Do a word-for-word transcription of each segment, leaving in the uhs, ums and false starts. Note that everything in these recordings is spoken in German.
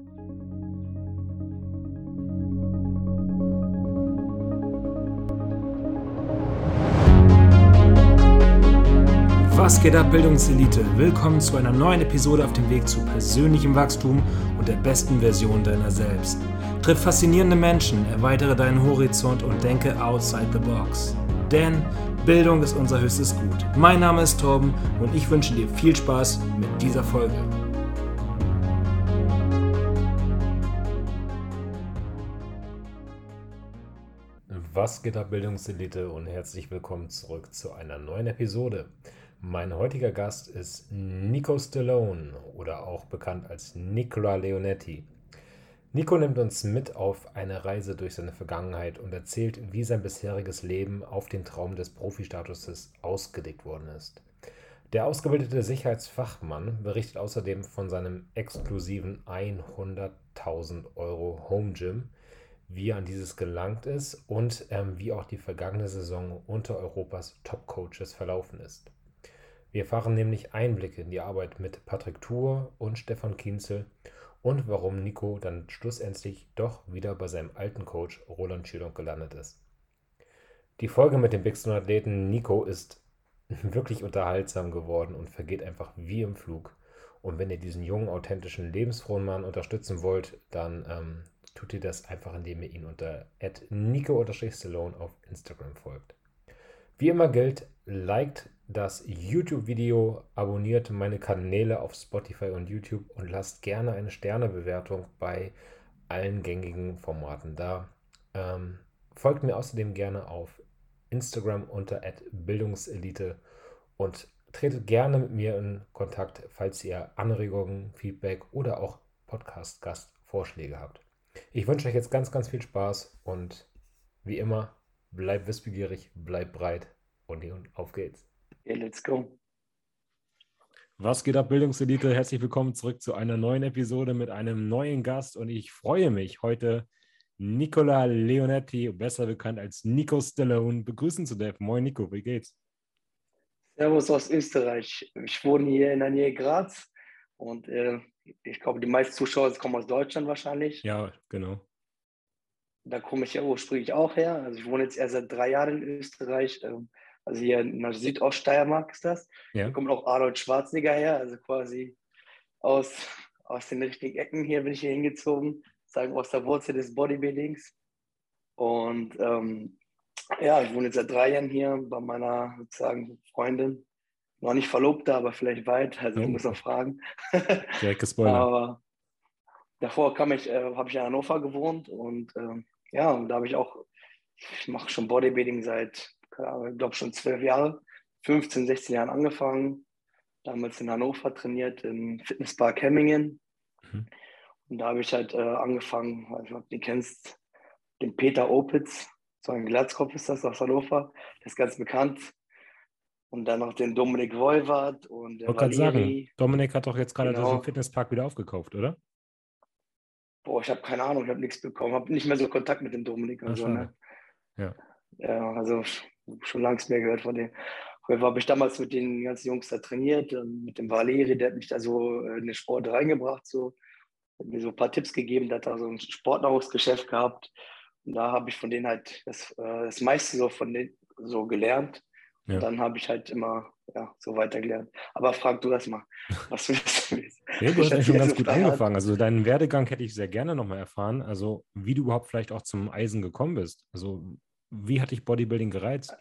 Was geht ab, Bildungselite? Willkommen zu einer neuen Episode auf dem Weg zu persönlichem Wachstum und der besten Version deiner selbst. Triff faszinierende Menschen, erweitere deinen Horizont und denke outside the box. Denn Bildung ist unser höchstes Gut. Mein Name ist Torben und ich wünsche dir viel Spaß mit dieser Folge. Was geht ab, Bildungselite, und herzlich willkommen zurück zu einer neuen Episode. Mein heutiger Gast ist Nico Stallone oder auch bekannt als Nicola Leonetti. Nico nimmt uns mit auf eine Reise durch seine Vergangenheit und erzählt, wie sein bisheriges Leben auf den Traum des Profistatuses ausgelegt worden ist. Der ausgebildete Sicherheitsfachmann berichtet außerdem von seinem exklusiven hunderttausend Euro Home Gym, wie er an dieses gelangt ist und ähm, wie auch die vergangene Saison unter Europas Top-Coaches verlaufen ist. Wir erfahren nämlich Einblicke in die Arbeit mit Patrick Tuor und Stefan Kienzel und warum Nico dann schlussendlich doch wieder bei seinem alten Coach Roland Schülung gelandet ist. Die Folge mit dem Big Stone Athleten Nico ist wirklich unterhaltsam geworden und vergeht einfach wie im Flug. Und wenn ihr diesen jungen, authentischen, lebensfrohen Mann unterstützen wollt, dann ähm, tut ihr das einfach, indem ihr ihn unter at nico stallone auf Instagram folgt. Wie immer gilt, liked das YouTube-Video, abonniert meine Kanäle auf Spotify und YouTube und lasst gerne eine Sternebewertung bei allen gängigen Formaten da. Ähm, folgt mir außerdem gerne auf Instagram unter at bildungselite und tretet gerne mit mir in Kontakt, falls ihr Anregungen, Feedback oder auch Podcast-Gastvorschläge habt. Ich wünsche euch jetzt ganz, ganz viel Spaß und wie immer, bleibt wissbegierig, bleibt breit und auf geht's. Okay, let's go. Was geht ab, Bildungselite? Herzlich willkommen zurück zu einer neuen Episode mit einem neuen Gast und ich freue mich, heute Nicola Leonetti, besser bekannt als Nico Stallone, begrüßen zu dürfen. Moin Nico, wie geht's? Servus aus Österreich. Ich wohne hier in der Nähe Graz und äh, ich glaube, die meisten Zuschauer kommen aus Deutschland wahrscheinlich. Ja, genau. Da komme ich ja ursprünglich auch her. Also ich wohne jetzt erst seit drei Jahren in Österreich. Ähm, also hier in der Südoststeiermark ist das. Ja. Hier kommt auch Arnold Schwarzenegger her. Also quasi aus, aus den richtigen Ecken hier bin ich hier hingezogen. Sagen aus der Wurzel des Bodybuildings. Und ähm, ja, ich wohne jetzt seit drei Jahren hier bei meiner sozusagen Freundin. Noch nicht Verlobter, aber vielleicht bald. Also Oh. ich muss noch fragen. Direkt gespoilert. Aber davor kam ich, äh, habe ich in Hannover gewohnt und äh, ja, und da habe ich auch, ich mache schon Bodybuilding seit, ich glaube schon zwölf Jahre, fünfzehn, sechzehn Jahren angefangen. Damals in Hannover trainiert, im Fitnesspark Hemmingen. Mhm. Und da habe ich halt äh, angefangen, ich weiß nicht, ob du den kennst, den Peter Opitz, so ein Glatzkopf ist das aus Hannover, der ist ganz bekannt. Und dann noch den Dominik Wolwart und der Ich wollte gerade sagen, Valeri. Dominik hat doch jetzt gerade Genau. den Fitnesspark wieder aufgekauft, oder? Boah, ich habe keine Ahnung, ich habe nichts bekommen, habe nicht mehr so Kontakt mit dem Dominik. Ah, Also, schade. ne? Ja. Ja, also schon lange mehr gehört von dem. Auf jeden Fall habe ich damals mit den ganzen Jungs da trainiert und mit dem Valeri, der hat mich da so in den Sport reingebracht, so, hat mir so ein paar Tipps gegeben, der hat da so ein Sportnahrungsgeschäft gehabt und da habe ich von denen halt das, äh, das meiste so von denen so gelernt und Ja. dann habe ich halt immer ja, so weitergelernt. Aber frag du das mal, was du das willst. Nee, du hast eigentlich schon ganz gut Frage angefangen. Also deinen Werdegang hätte ich sehr gerne nochmal erfahren. Also wie du überhaupt vielleicht auch zum Eisen gekommen bist. Also wie hat dich Bodybuilding gereizt?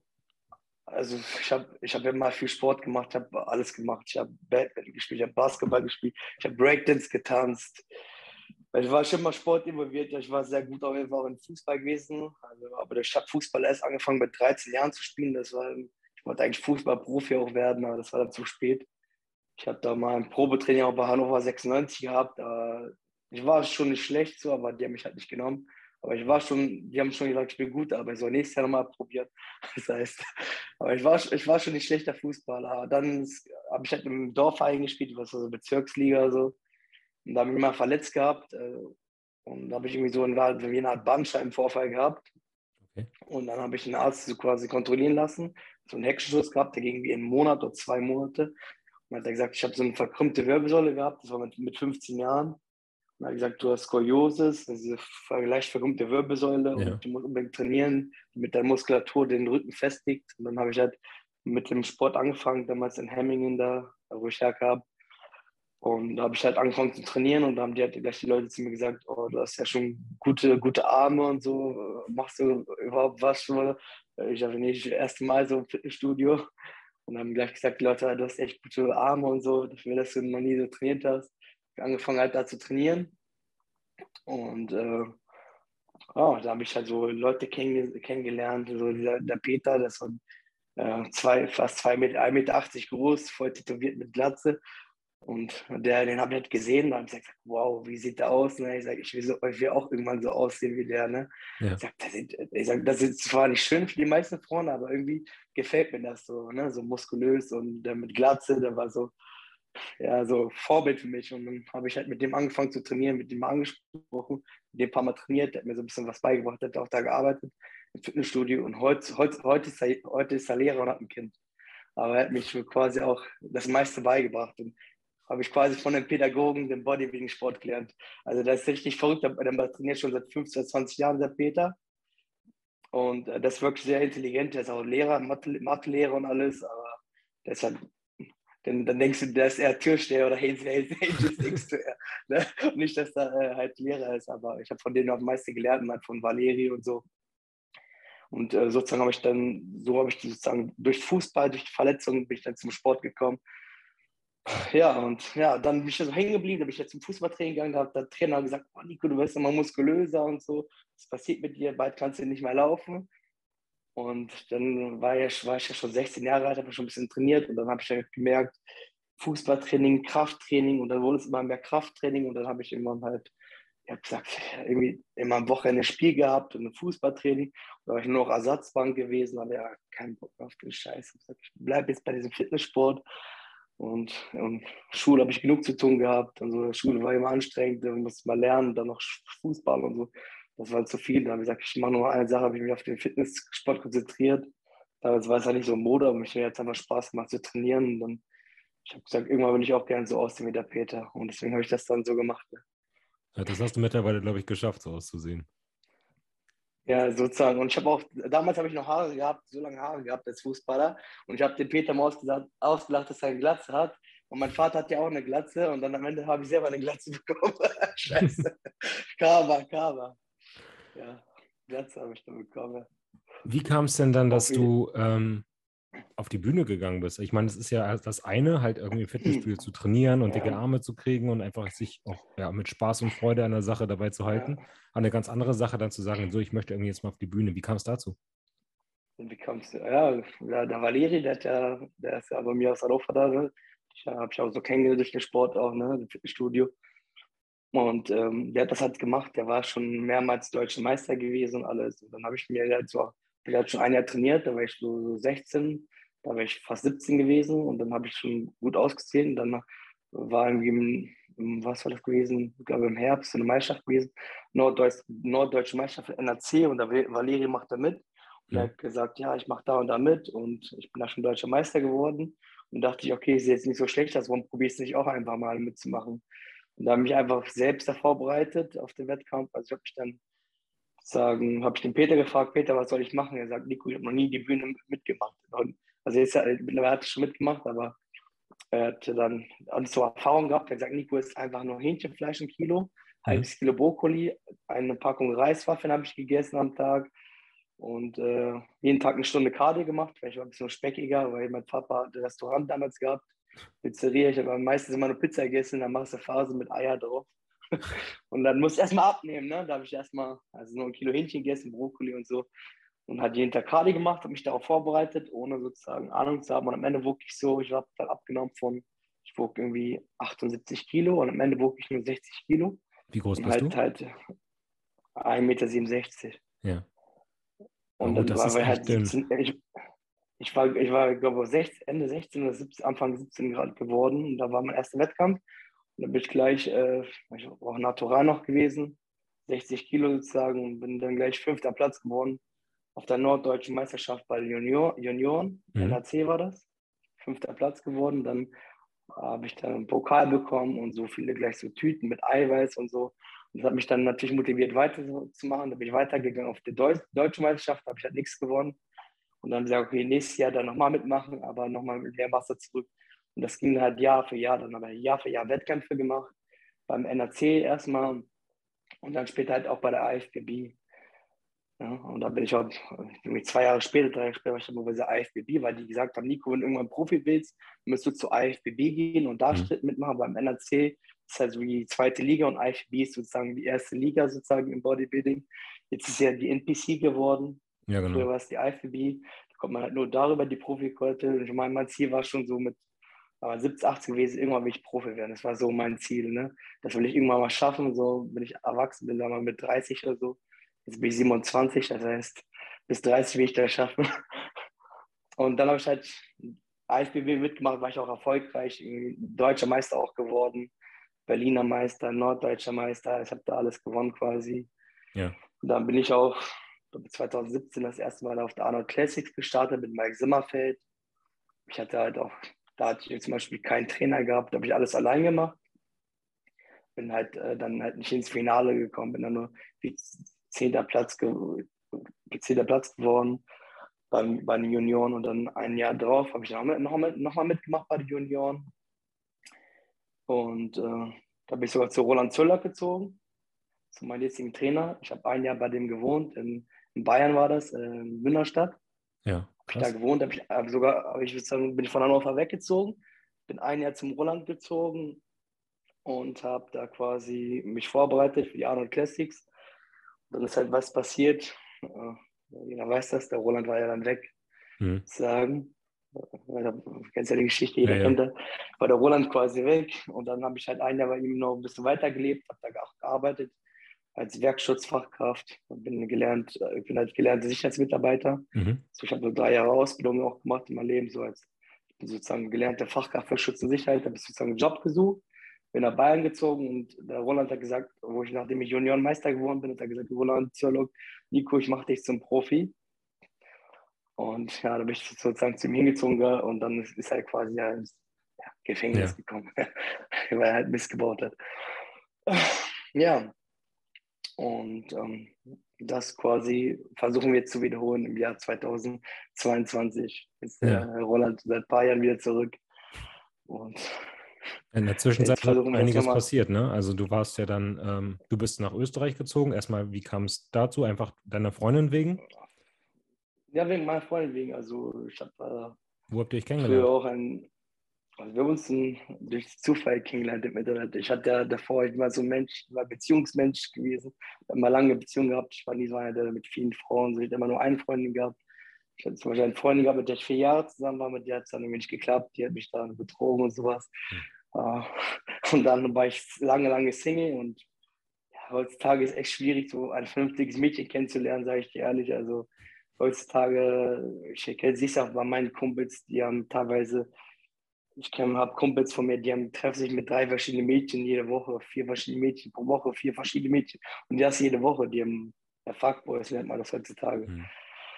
Also ich habe ich hab immer viel Sport gemacht, ich habe alles gemacht. Ich habe Badminton gespielt, ich habe Basketball gespielt, ich habe Breakdance getanzt. Ich war schon mal Sport involviert, ich war sehr gut auf jeden Fall auch im Fußball gewesen. Also, aber ich habe Fußball erst angefangen mit dreizehn Jahren zu spielen. Das war, ich wollte eigentlich Fußballprofi auch werden, aber das war dann zu spät. Ich habe da mal ein Probetraining auch bei Hannover sechsundneunzig gehabt. Aber ich war schon nicht schlecht so, aber die haben mich halt nicht genommen. Aber ich war schon, die haben schon gesagt, ich bin gut, aber ich soll nächstes Jahr nochmal probieren. Das heißt, aber ich war, ich war schon nicht schlechter Fußballer. Aber dann habe ich halt im Dorfverein gespielt, was war so Bezirksliga so. Und da habe ich mich mal verletzt gehabt. Und da habe ich irgendwie so eine, eine Art Bandscheibenvorfall gehabt. Okay. Und dann habe ich einen Arzt so quasi kontrollieren lassen. So einen Hexenschuss gehabt, der ging wie einen Monat oder zwei Monate. Und dann hat er gesagt, ich habe so eine verkrümmte Wirbelsäule gehabt. Das war mit, mit fünfzehn Jahren. Und er hat gesagt, du hast Skoliosis, das ist eine leicht verkrümmte Wirbelsäule Ja. und du musst unbedingt trainieren, damit deine Muskulatur den Rücken festigt. Und dann habe ich halt mit dem Sport angefangen, damals in Hemmingen da, wo ich herkam. Und da habe ich halt angefangen zu trainieren und da haben die halt gleich die Leute zu mir gesagt, oh, du hast ja schon gute, gute Arme und so, machst du überhaupt was schon? Ich habe nicht das erste Mal so im Fitnessstudio und haben gleich gesagt, die Leute, du hast echt gute Arme und so, dafür, dass du noch nie so trainiert hast. Ich habe angefangen halt da zu trainieren und äh, oh, da habe ich halt so Leute kenn kennengelernt, so dieser, der Peter, der ist so äh, zwei, fast zwei Meter, ein Meter achtzig groß, voll tätowiert mit Glatze. Und der, den habe ich halt gesehen, da habe ich gesagt, wow, wie sieht der aus? Ne? Ich sage, ich will, so, ich will auch irgendwann so aussehen wie der. Ne? Ja. Ich sage, das, ist- ich sag, das ist zwar nicht schön für die meisten Frauen, aber irgendwie gefällt mir das so, ne? So muskulös und der mit Glatze, der war so, ja, so Vorbild für mich. Und dann habe ich halt mit dem angefangen zu trainieren, mit dem mal angesprochen, mit dem ein paar Mal trainiert, der hat mir so ein bisschen was beigebracht, der hat auch da gearbeitet im Fitnessstudio. Und heute, heute, heute, ist er, heute ist er Lehrer und hat ein Kind. Aber er hat mich quasi auch das meiste beigebracht. Und habe ich quasi von den Pädagogen den Bodybuilding-Sport gelernt. Also das ist richtig verrückt. Der trainiert schon seit fünfzehn, zwanzig Jahren, der Peter. Und äh, das ist wirklich sehr intelligent. Der ist auch Lehrer, Mathe, Mathelehrer und alles. Aber der ist halt, dann, dann denkst du, der ist eher Türsteher oder Hayes, Hayes, Hayes, denkst du eher. Ne? Und nicht, dass er äh, halt Lehrer ist. Aber ich habe von denen auch am meisten gelernt, halt von Valeri und so. Und äh, sozusagen habe ich dann, so habe ich sozusagen durch Fußball, durch die Verletzungen bin ich dann zum Sport gekommen. Ja, und ja, dann bin ich so hängen geblieben, da bin ich jetzt zum Fußballtraining gegangen, da hat der Trainer gesagt, oh Nico, du wirst immer muskulöser und so, was passiert mit dir, bald kannst du nicht mehr laufen. Und dann war ich, war ich ja schon sechzehn Jahre alt, habe schon ein bisschen trainiert und dann habe ich dann gemerkt, Fußballtraining, Krafttraining und dann wurde es immer mehr Krafttraining und dann habe ich irgendwann halt, ich habe gesagt, irgendwie immer am Wochenende ein Spiel gehabt und ein Fußballtraining. Da war ich nur noch Ersatzbank gewesen, aber ja, keinen Bock auf den Scheiß. Ich, gesagt, ich bleibe jetzt bei diesem Fitnesssport. Und, und Schule habe ich genug zu tun gehabt. Also Schule war immer anstrengend, ich musste mal lernen, dann noch Fußball und so. Das war zu viel. Da habe ich gesagt, ich mache nur eine Sache, habe ich mich auf den Fitnesssport konzentriert. Damals war es halt nicht so Mode, aber mich hat jetzt einfach Spaß gemacht zu trainieren. Und dann, ich habe gesagt, irgendwann will ich auch gerne so aussehen wie der Peter. Und deswegen habe ich das dann so gemacht. Ne? Ja, das hast du mittlerweile, glaube ich, geschafft, so auszusehen. Ja, sozusagen. Und ich habe auch, damals habe ich noch Haare gehabt, so lange Haare gehabt als Fußballer. Und ich habe den Peter mal ausgesagt, ausgelacht, dass er eine Glatze hat. Und mein Vater hat ja auch eine Glatze. Und dann am Ende habe ich selber eine Glatze bekommen. Scheiße. Karma, Karma. Ja, Glatze habe ich dann bekommen. Wie kam es denn dann, Auf dass jeden du ähm, auf die Bühne gegangen bist? Ich meine, es ist ja das eine, halt irgendwie im Fitnessstudio zu trainieren und dicke ja, Arme zu kriegen und einfach sich auch ja, mit Spaß und Freude an der Sache dabei zu halten. ja. Aber eine ganz andere Sache dann zu sagen, so, ich möchte irgendwie jetzt mal auf die Bühne. Wie kam es dazu? Und wie kommst du? Ja, ja, der Valeri, der, hat ja, der ist ja bei mir aus Hannover da. Ne? Ich habe ich auch so kennengelernt durch den Sport auch, ne? Im Fitnessstudio. Und ähm, der hat das halt gemacht, der war schon mehrmals deutscher Meister gewesen und alles. Und dann habe ich mir halt so, ich halt schon ein Jahr trainiert, da war ich so, so sechzehn, da war ich fast siebzehn gewesen und dann habe ich schon gut ausgesehen. Dann war irgendwie im, im, was war das gewesen? Ich glaube im Herbst eine Meisterschaft gewesen, Norddeutsch, Norddeutsche Meisterschaft N R C und da Valeri macht da mit. Und er Mhm. hat gesagt, ja, ich mache da und da mit und ich bin da schon deutscher Meister geworden. Und dachte ich, okay, ist jetzt nicht so schlecht, also warum probierst du nicht auch einfach mal mitzumachen? Und da habe ich mich einfach selbst da vorbereitet auf den Wettkampf. Also ich habe mich dann sagen, habe ich den Peter gefragt, Peter, was soll ich machen? Er sagt, Nico, ich habe noch nie die Bühne mitgemacht. Und also jetzt, mittlerweile hat er schon mitgemacht, aber er hatte dann alles so Erfahrung gehabt. Er hat gesagt, Nico ist einfach nur Hähnchenfleisch ein Kilo, Mhm. halbes Kilo Brokkoli, eine Packung Reiswaffeln habe ich gegessen am Tag und äh, jeden Tag eine Stunde Cardio gemacht. Vielleicht war ein bisschen speckiger, weil mein Papa hat ein Restaurant damals gehabt, Pizzeria. Ich habe meistens immer nur Pizza gegessen, dann machst du Phase mit Eier drauf. Und dann musst du erstmal abnehmen, ne? Da habe ich erstmal also nur ein Kilo Hähnchen gegessen, Brokkoli und so. Und hat jeden Tag Cardio gemacht, habe mich darauf vorbereitet, ohne sozusagen Ahnung zu haben. Und am Ende wog ich so, ich habe dann abgenommen von, ich wog irgendwie achtundsiebzig Kilo und am Ende wog ich nur sechzig Kilo. Wie groß Und bist halt du? halt ein Meter siebenundsechzig. Ja. Na Und gut, dann das war ist wir echt halt dünn. siebzehn, ich, ich war, ich war, ich glaube, sechzehn, Ende sechzehn oder siebzehn, Anfang siebzehn Grad geworden. Und da war mein erster Wettkampf. Und dann bin ich gleich, äh, ich war auch natural noch gewesen, sechzig Kilo sozusagen, und bin dann gleich fünfter Platz geworden auf der norddeutschen Meisterschaft bei Junior, Junioren, Mhm. N R C war das. Fünfter Platz geworden. Dann habe ich dann einen Pokal bekommen und so viele gleich so Tüten mit Eiweiß und so. Und das hat mich dann natürlich motiviert, weiterzumachen. Da bin ich weitergegangen auf die Deu Deutsche Meisterschaft, da habe ich halt nichts gewonnen. Und dann gesagt, okay, nächstes Jahr dann nochmal mitmachen, aber nochmal mit mehr Wasser zurück. Und das ging halt Jahr für Jahr. Dann habe ich Jahr für Jahr Wettkämpfe gemacht. Beim N A C erstmal und dann später halt auch bei der I F B B. Ja, und da bin ich auch irgendwie zwei Jahre später, drei Jahre später, war ich dann bei der I F B B, weil die gesagt haben, Nico, wenn du irgendwann Profi willst, müsst du zur I F B B gehen und da Mhm. mitmachen. Beim N A C das ist halt so die zweite Liga und I F B B ist sozusagen die erste Liga sozusagen im Bodybuilding. Jetzt ist ja die N P C geworden. Ja, Früher genau. war es die I F B B. Da kommt man halt nur darüber die Profiquote. Und ich meine, mein Ziel war schon so mit aber siebzehn, achtzehn gewesen, irgendwann will ich Profi werden. Das war so mein Ziel. Ne? Das will ich irgendwann mal schaffen, so wenn ich erwachsen bin, sagen wir mal mit dreißig oder so. Jetzt bin ich siebenundzwanzig, das heißt, bis dreißig will ich das schaffen. Und dann habe ich halt I F B B mitgemacht, war ich auch erfolgreich, deutscher Meister auch geworden, Berliner Meister, norddeutscher Meister, ich habe da alles gewonnen quasi. Ja. Und dann bin ich auch zwanzig siebzehn das erste Mal auf der Arnold Classics gestartet mit Mike Zimmerfeld. Ich hatte halt auch, da hatte ich zum Beispiel keinen Trainer gehabt, da habe ich alles allein gemacht. Bin halt äh, dann halt nicht ins Finale gekommen, bin dann nur wie zehnter Platz, ge zehnter Platz geworden beim, bei den Junioren und dann ein Jahr drauf habe ich noch, mit, noch, mit, noch mal mitgemacht bei den Junioren und äh, da bin ich sogar zu Roland Zöller gezogen, zu meinem jetzigen Trainer. Ich habe ein Jahr bei dem gewohnt, in, in Bayern war das, äh, in Münnerstadt. Ja, Habe ich da krass. gewohnt, habe ich hab sogar, hab ich sagen, bin ich von Hannover weggezogen, bin ein Jahr zum Roland gezogen und habe da quasi mich vorbereitet für die Arnold Classics. Und dann ist halt was passiert. Äh, jeder weiß das, der Roland war ja dann weg, Mhm. sagen. Du kennst ja die Geschichte, Ja, jeder ja. kennt das. War der Roland quasi weg und dann habe ich halt ein Jahr bei ihm noch ein bisschen weitergelebt, habe da auch gearbeitet als Werkschutzfachkraft. Bin gelernt, ich bin halt gelernter Sicherheitsmitarbeiter. Mhm. So, ich habe so drei Jahre Ausbildung auch gemacht in meinem Leben, so als ich bin sozusagen gelernte Fachkraft für Schutz und Sicherheit, habe ich sozusagen einen Job gesucht, bin nach Bayern gezogen und der Roland hat gesagt, wo ich nachdem ich Juniorenmeister geworden bin, hat er gesagt, Roland, Theolog, Nico, ich mache dich zum Profi. Und ja, da bin ich sozusagen zu ihm hingezogen und dann ist, ist er quasi ja ins ja, Gefängnis Ja. gekommen, weil er halt Mist gebaut hat. Ja, und ähm, das quasi versuchen wir jetzt zu wiederholen im Jahr zweitausendzweiundzwanzig. Ist der Ja. Roland seit ein paar Jahren wieder zurück. Und In der jetzt Zwischenzeit ist versuchen wir das einiges nochmal. passiert, ne? Also du warst ja dann, ähm, du bist nach Österreich gezogen. Erstmal, wie kam es dazu? Einfach deiner Freundin wegen? Ja, wegen meiner Freundin wegen. Also ich habe Wo habt ihr euch äh, früher kennengelernt? auch ein, also wir haben uns ein, durch Zufall kennengelernt im Internet. Ich hatte ja davor, ich war so ein Mensch, ich war Beziehungsmensch gewesen, ich habe immer lange Beziehungen gehabt. Ich war nie so einer, der mit vielen Frauen, so ich hatte immer nur eine Freundin gehabt. Ich hatte zum Beispiel eine Freundin gehabt, mit der ich vier Jahre zusammen war, mit der hat es dann irgendwie nicht geklappt, die hat mich dann betrogen und sowas. Hm. Äh, Und dann war ich lange, lange Single und ja, heutzutage ist es echt schwierig, so ein vernünftiges Mädchen kennenzulernen, sage ich dir ehrlich. Also heutzutage, ich erkenne es auch bei meinen Kumpels, die haben teilweise, ich habe Kumpels von mir, die haben, treffen sich mit drei verschiedenen Mädchen jede Woche, vier verschiedene Mädchen pro Woche, vier verschiedene Mädchen und das jede Woche, die haben, ja, Fuckboys nennt man das heutzutage. Hm.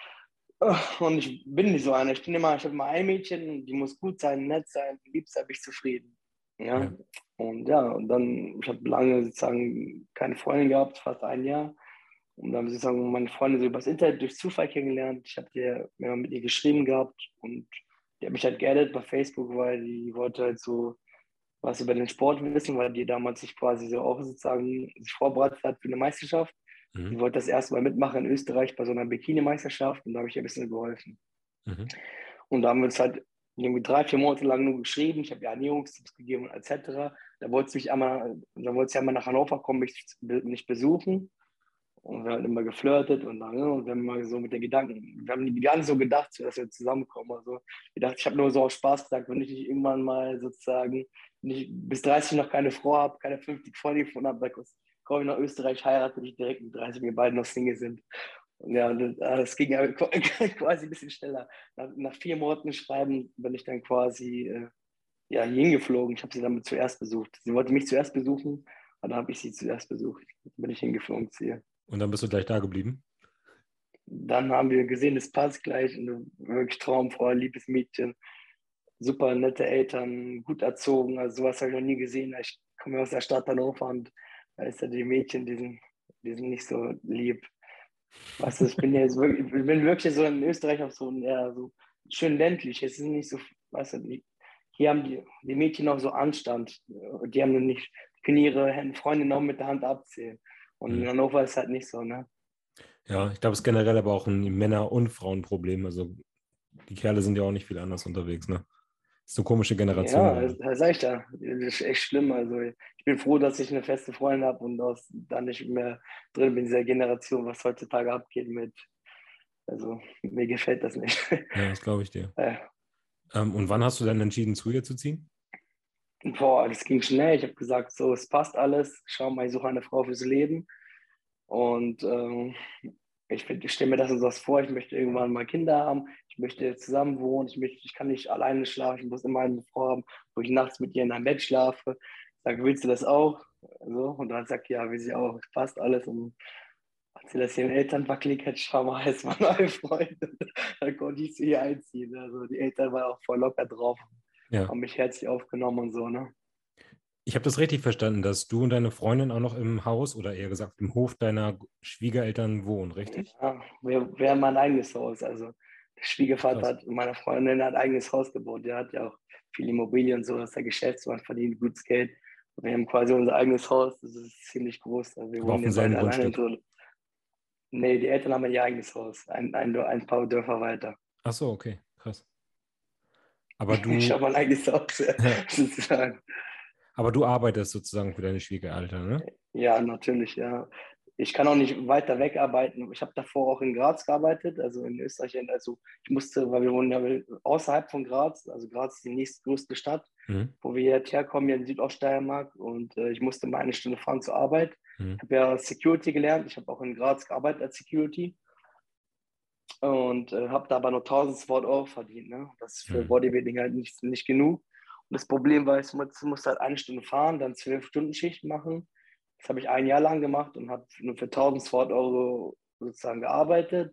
Und ich bin nicht so einer. Ich bin immer, ich habe immer ein Mädchen, die muss gut sein, nett sein, lieb sein, bin ich zufrieden. Ja. Ja. Und ja, und dann, ich habe lange sozusagen keine Freundin gehabt, fast ein Jahr. Und dann sozusagen meine Freundin so übers Internet durch Zufall kennengelernt. Ich habe dir mir mit ihr geschrieben gehabt und die hat mich halt geaddet bei Facebook, weil die wollte halt so was über den Sport wissen, weil die damals sich quasi so auch sozusagen sich vorbereitet hat für eine Meisterschaft. Mhm. Die wollte das erste Mal mitmachen in Österreich bei so einer Bikini-Meisterschaft und da habe ich ihr ein bisschen geholfen. Mhm. Und da haben wir uns halt irgendwie drei, vier Monate lang nur geschrieben. Ich habe ihr Ernährungstipps gegeben et cetera. Da wollte sie mich einmal, da wollte sie einmal nach Hannover kommen, mich, mich besuchen. Und wir haben immer geflirtet und dann, ne, und wir haben mal so mit den Gedanken, wir haben gar nicht so gedacht, dass wir zusammenkommen. Also ich dachte, ich habe nur so aus Spaß gesagt, wenn ich nicht irgendwann mal sozusagen, wenn ich bis dreißig noch keine Frau habe, keine fünfzig Freunde gefunden habe, dann komme ich nach Österreich, heirate mich direkt mit dreißig, wir beide noch Single sind. Und ja, das, das ging ja quasi ein bisschen schneller. Nach, nach vier Monaten Schreiben bin ich dann quasi äh, ja, hier hingeflogen. Ich habe sie dann zuerst besucht. Sie wollte mich zuerst besuchen, und dann habe ich sie zuerst besucht. Dann bin ich hingeflogen zu ihr. Und dann bist du gleich da geblieben? Dann haben wir gesehen, es passt gleich. Eine wirklich traumvoll, liebes Mädchen. super nette Eltern, gut erzogen. Also sowas habe ich noch nie gesehen. Ich komme ja aus der Stadt Hannover und da ist ja die Mädchen, die sind, die sind nicht so lieb. Weißt du, ich bin ja jetzt wirklich, ich bin wirklich so in Österreich auf so, ja, so schön ländlich. Es ist nicht so, weißt du, die, hier haben die, die Mädchen noch so Anstand. Die haben nicht, können ihre Hände- Freunde noch mit der Hand abzählen. Und in Hm. Hannover ist halt nicht so, ne? Ja, ich glaube, es ist generell aber auch ein Männer- und Frauenproblem. Also die Kerle sind ja auch nicht viel anders unterwegs, ne? Ist eine komische Generation Ja, das, gerade. das sag ich da. Das ist echt schlimm. Also ich bin froh, dass ich eine feste Freundin habe und aus, da nicht mehr drin bin in dieser Generation, was heutzutage abgeht mit. Also mir gefällt das nicht. Ja, das glaube ich dir. Äh, Ähm, und wann hast du dann entschieden, zu ihr zu ziehen? boah, das ging schnell. Ich habe gesagt, so, es passt alles. Schau mal, ich suche eine Frau fürs Leben. Und ähm, ich, find- ich stelle mir das und das vor. Ich möchte irgendwann mal Kinder haben. Ich möchte zusammen wohnen. Ich möchte, ich kann nicht alleine schlafen. Ich muss immer eine Frau haben, wo ich nachts mit ihr in einem Bett schlafe. Ich sage, willst du das auch? So, und dann sagt, ja, will sie auch. Es passt alles. Und als sie das ihren Eltern verklickt hat, schau mal, jetzt mal neue Freunde. Dann konnte ich sie hier einziehen. Also die Eltern waren auch voll locker drauf, Ja. haben mich herzlich aufgenommen und so, ne? Ich habe das richtig verstanden, dass du und deine Freundin auch noch im Haus oder eher gesagt im Hof deiner Schwiegereltern wohnen, richtig? Ja, wir, wir haben ein eigenes Haus. Also der Schwiegervater Krass. hat, meine Freundin hat ein eigenes Haus gebaut. Der hat ja auch viel Immobilien und so, das ist der Geschäftsmann, verdient gutes Geld. Und wir haben quasi unser eigenes Haus, das ist ziemlich groß. Also wir Aber auf wohnen ja demselben beide alleine Grundstück. drin. Nee, die Eltern haben ihr eigenes Haus, ein, ein, ein paar Dörfer weiter. Ach so, okay, krass. Aber Ich du, habe ein eigenes Haus, ja, ja, sozusagen. aber du arbeitest sozusagen für deine Schwiegereltern, ne? Ja, natürlich, ja. Ich kann auch nicht weiter weg arbeiten. Ich habe davor auch in Graz gearbeitet, also in Österreich. Also ich musste, weil wir wohnen ja außerhalb von Graz, also Graz ist die nächstgrößte Stadt, Mhm. wo wir jetzt herkommen, hier in Südoststeiermark. Und äh, ich musste mal eine Stunde fahren zur Arbeit. Mhm. Ich habe ja Security gelernt. Ich habe auch in Graz gearbeitet als Security und äh, habe da aber nur eintausendzweihundert Euro verdient. Ne? Das ist für Mhm. Bodybuilding halt nicht, nicht genug. Und das Problem war, ich musste, musste halt eine Stunde fahren, dann zwölf Stunden Schicht machen. Das habe ich ein Jahr lang gemacht und habe nur für eintausendzweihundert Euro sozusagen gearbeitet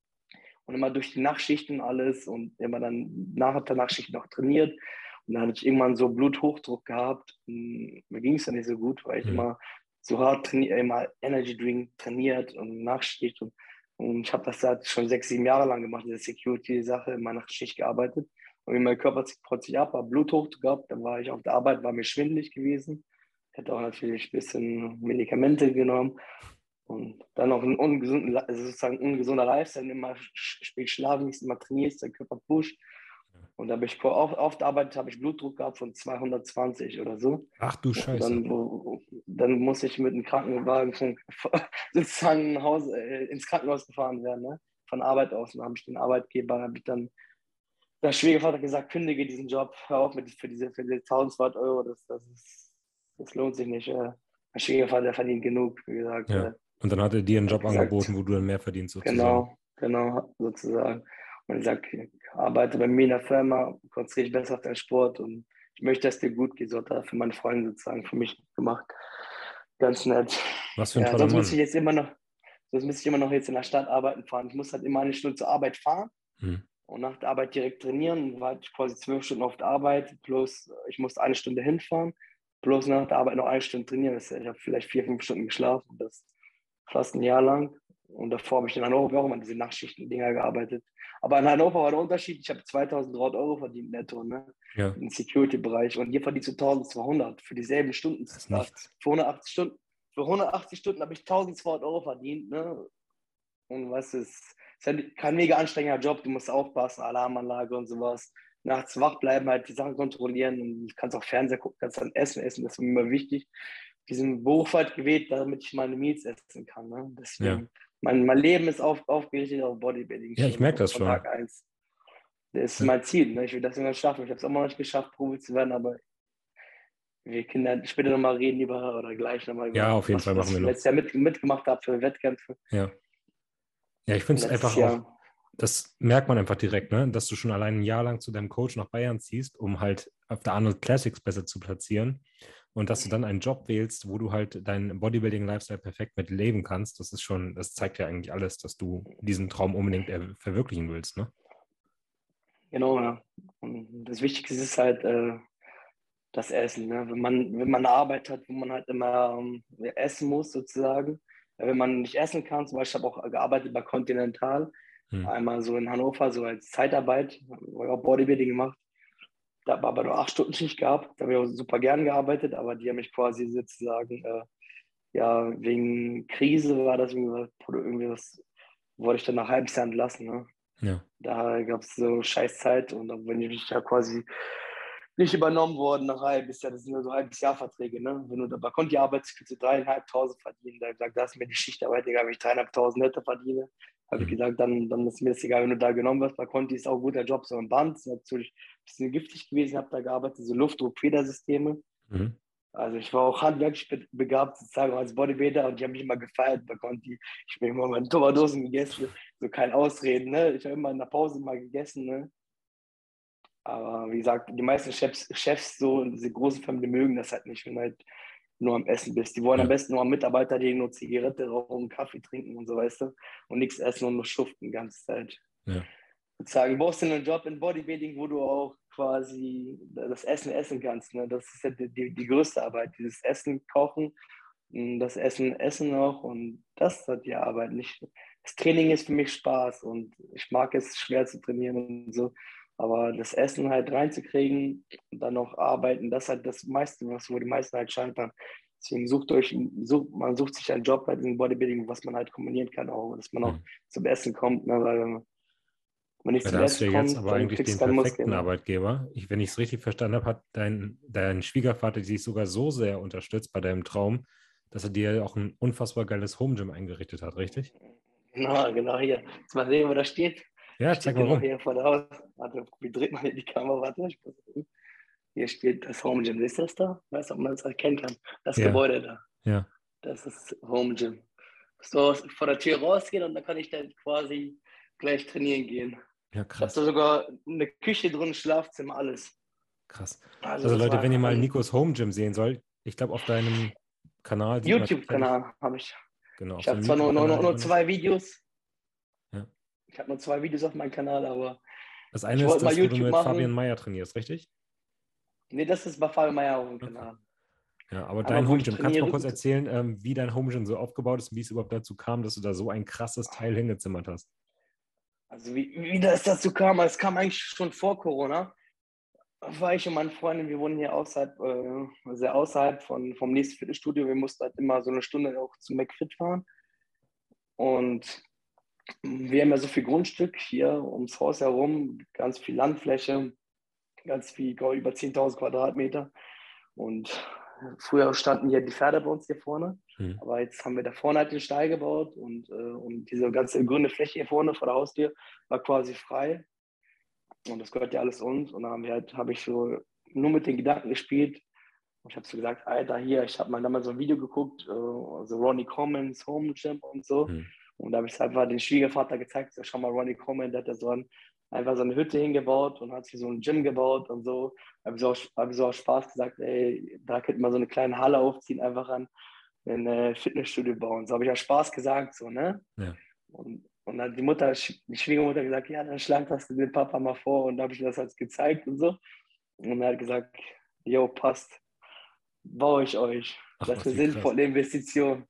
und immer durch die Nachtschichten alles und immer dann nach der Nachtschicht noch trainiert. Und dann hatte ich irgendwann so Bluthochdruck gehabt. Und mir ging es dann nicht so gut, weil ich Mhm. immer so hart trainiert, immer Energy Drink trainiert und Nachtschicht. Und, und ich habe das halt schon sechs, sieben Jahre lang gemacht, diese Security-Sache, in meiner Nachtschicht gearbeitet. Und mein Körper zieht sich ab, habe Bluthochdruck gehabt, dann war ich auf der Arbeit, war mir schwindelig gewesen. Ich hatte auch natürlich ein bisschen Medikamente genommen. Und dann noch ein ungesunder, also sozusagen ungesunder Lifestyle, immer spät schlafen, nicht immer trainierst, dein Körper pusht. Und da habe ich auf, auf der Arbeit habe ich Blutdruck gehabt von zweihundertzwanzig oder so. Ach du Und Scheiße. dann, wo, dann muss ich mit einem Krankenwagen von, sozusagen nach Hause, äh, ins Krankenhaus gefahren werden, ne? Von Arbeit aus. Und dann habe ich den Arbeitgeber, habe ich dann, der Schwiegervater gesagt, kündige diesen Job, hör auf mit für diese, für diese eintausendzweihundert Euro, das, das, ist, das lohnt sich nicht. Äh. Der Schwiegervater, der verdient genug, wie gesagt. Ja. Äh, Und dann hat er dir einen hat Job gesagt, angeboten, wo du dann mehr verdienst, sozusagen. genau, genau, sozusagen. Und ich sage, arbeite bei mir in der Firma, konzentriere dich besser auf deinen Sport und ich möchte, dass dir gut geht. So hat er für meine Freunde sozusagen für mich gemacht. Ganz nett. Was für ein Ja, toller sonst müsste ich Mann. jetzt immer noch, sonst müsste ich immer noch jetzt in der Stadt arbeiten fahren. Ich muss halt immer eine Stunde zur Arbeit fahren Mhm. und nach der Arbeit direkt trainieren. Dann war ich quasi zwölf Stunden auf der Arbeit, plus ich musste eine Stunde hinfahren, plus nach der Arbeit noch eine Stunde trainieren. Das, ich habe vielleicht vier, fünf Stunden geschlafen. Das fast ein Jahr lang. Und davor habe ich in Hannover auch immer diese Nachtschichten-Dinger gearbeitet. Aber in Hannover war der Unterschied, ich habe zweitausenddreihundert Euro verdient netto, ne? Ja, Im Security-Bereich. Und hier verdienst du eintausendzweihundert für dieselben Stunden. das ist Für nichts. hundertachtzig Stunden, für hundertachtzig Stunden habe ich eintausendzweihundert Euro verdient, ne? Und was ist, ist halt kein mega anstrengender Job, du musst aufpassen, Alarmanlage und sowas. Nachts wach bleiben, halt die Sachen kontrollieren und du kannst auch Fernseher gucken, kannst dann Essen essen, das ist mir immer wichtig. Diesen Beruf halt gewählt, damit ich meine Meals essen kann. Ne? Ja. Deswegen, mein, mein Leben ist auf, aufgerichtet auf Bodybuilding Ja, ich schon merke von, das von schon. Tag eins. Das ist Ja, mein Ziel. Ne? Ich will das irgendwann schaffen. Ich habe es immer noch nicht geschafft, Profi zu werden, aber wir können dann später nochmal reden über oder gleich nochmal ja, über auf jeden was, Fall was machen wir ich noch. letztes Jahr mit, mitgemacht habe für Wettkämpfe. Ja. Ja, ich finde es einfach Letztes auch, Jahr. das merkt man einfach direkt, ne? Dass du schon allein ein Jahr lang zu deinem Coach nach Bayern ziehst, um halt auf der Arnold Classics besser zu platzieren. Und dass du dann einen Job wählst, wo du halt deinen Bodybuilding-Lifestyle perfekt mit leben kannst, das ist schon, das zeigt ja eigentlich alles, dass du diesen Traum unbedingt er- verwirklichen willst, ne? Genau, ja. Und das Wichtigste ist halt äh, das Essen. Ne? Wenn man, wenn man eine Arbeit hat, wo man halt immer ähm, ja, essen muss, sozusagen. Ja, wenn man nicht essen kann, zum Beispiel, ich habe auch gearbeitet bei Continental, Hm. einmal so in Hannover, so als Zeitarbeit, wo ich auch Bodybuilding gemacht. Da habe aber nur acht Stunden Schicht gehabt, da habe ich auch super gern gearbeitet, aber die haben mich quasi sozusagen, äh, ja, wegen Krise war das irgendwie, irgendwie was, wurde ich dann nach halbes Jahr entlassen. Ne? Ja. Da gab es so Scheißzeit und dann bin ich ja quasi nicht übernommen worden nach halbes Jahr. Das sind ja so halbes Jahr Verträge, ne? Wenn du da bei Conti arbeitest, kannst du dreieinhalbtausend verdienen. Da habe ich gesagt, da ist mir die Schichtarbeit egal, wenn ich dreieinhalbtausend netto verdiene. Habe ich Hm. gesagt, dann, dann ist mir das egal, wenn du da genommen wirst. Bei Conti ist auch ein guter Job, so ein Band. Ist natürlich ein bisschen giftig gewesen, habe da gearbeitet, so Luftdruck-Federsysteme. Mhm. Also ich war auch handwerklich be- begabt, sozusagen als Bodybuilder und die haben mich immer gefeiert bei Conti. Ich habe immer meine Tomadosen gegessen, so kein Ausreden, ne? Ich habe immer in der Pause mal gegessen, ne? Aber wie gesagt, die meisten Chefs, Chefs so in diese großen Firmen, mögen das halt nicht, wenn du halt nur am Essen bist. Die wollen am Ja. besten nur am Mitarbeiter, die nur Zigarette rauchen, Kaffee trinken und so, weißt du? Und nichts essen und nur schuften die ganze Zeit. Ja. Sozusagen, du brauchst einen Job in Bodybuilding, wo du auch quasi das Essen essen kannst. Ne? Das ist ja die, die, die größte Arbeit, dieses Essen kochen, das Essen essen auch und das hat die Arbeit nicht. Das Training ist für mich Spaß und ich mag es schwer zu trainieren und so. Aber das Essen halt reinzukriegen und dann noch arbeiten, das ist halt das meiste, was wo die meisten halt scheitern. Deswegen sucht euch, sucht, man sucht sich einen Job halt in Bodybuilding, was man halt kombinieren kann auch, dass man auch Hm. zum Essen kommt, ne? Weil wenn man nicht Ja, zum da hast du Essen ja jetzt kommt, aber dann eigentlich kriegst den du keine Muskeln. perfekten Ne? Arbeitgeber. Ich, wenn ich es richtig verstanden habe, hat dein, dein Schwiegervater dich sogar so sehr unterstützt bei deinem Traum, dass er dir auch ein unfassbar geiles Home Gym eingerichtet hat, richtig? Genau, genau hier. Jetzt mal sehen, wo das steht. Ja, zeig Steht mal genau rum. hier vor der Haus. Warte, wie dreht man hier die Kamera? Warte, ich muss gucken. Hier steht das Home Gym. Siehst du das da? Weißt du, ob man das erkennen kann? Das Ja, Gebäude da. ja, Das ist Home Gym. So vor der Tür rausgehen und dann kann ich dann quasi gleich trainieren gehen. ja, Ich habe da krass, sogar eine Küche drin, Schlafzimmer, alles. krass. Also Also das Leute, wenn ihr war mal ein Nikos Home Gym sehen sollt, ich glaube, auf deinem Kanal sieht man sicherlich, YouTube-Kanal habe ich. genau, auf Ich habe seinem zwar nur, nur, YouTube-Kanal sieht nur man das. zwei Videos. Ja. Ich habe nur zwei Videos auf meinem Kanal, aber Das ich eine ist wollte mal das, wo du YouTube mit Fabian machen. Meyer trainierst, richtig? Nee, das ist bei Fabio Meyer auf dem Okay. Kanal. Ja, aber Einmal, dein wo Home ich Gym, kannst du mal trainiere. kurz erzählen, ähm, wie dein Home Gym so aufgebaut ist und wie es überhaupt dazu kam, dass du da so ein krasses Teil hingezimmert hast? Also wie, wie das dazu kam, es kam eigentlich schon vor Corona. War ich und meine Freundin, wir wohnen hier außerhalb, äh, sehr außerhalb von, vom nächsten Fitnessstudio. Wir mussten halt immer so eine Stunde auch zu McFit fahren. Und wir haben ja so viel Grundstück hier ums Haus herum, ganz viel Landfläche, ganz viel, glaube ich, über zehntausend Quadratmeter. Und früher standen hier die Pferde bei uns hier vorne. Hm. Aber jetzt haben wir da vorne halt den Stall gebaut und, äh, und diese ganze grüne Fläche hier vorne vor der Haustür war quasi frei. Und das gehört ja alles uns. Und dann haben wir halt, habe ich so nur mit den Gedanken gespielt. Und ich habe so gesagt, Alter, hier, ich habe mal damals so ein Video geguckt, äh, also Ronnie Commons Home Gym und so. Hm. Und da habe ich es einfach den Schwiegervater gezeigt, so, schau mal, Ronnie Coleman, der hat ja so ein, einfach so eine Hütte hingebaut und hat sich so ein Gym gebaut und so. Da habe ich so, hab ich so aus Spaß gesagt, ey, da könnte man so eine kleine Halle aufziehen, einfach an ein äh, Fitnessstudio bauen. So habe ich aus Spaß gesagt, so, ne? Ja, Und, und dann hat die Mutter, die Schwiegermutter gesagt, ja, dann schlag das den Papa mal vor. Und da habe ich das halt gezeigt und so. Und er hat gesagt, jo, passt, baue ich euch. ach Das ist was, eine wie krass. sinnvolle Investition.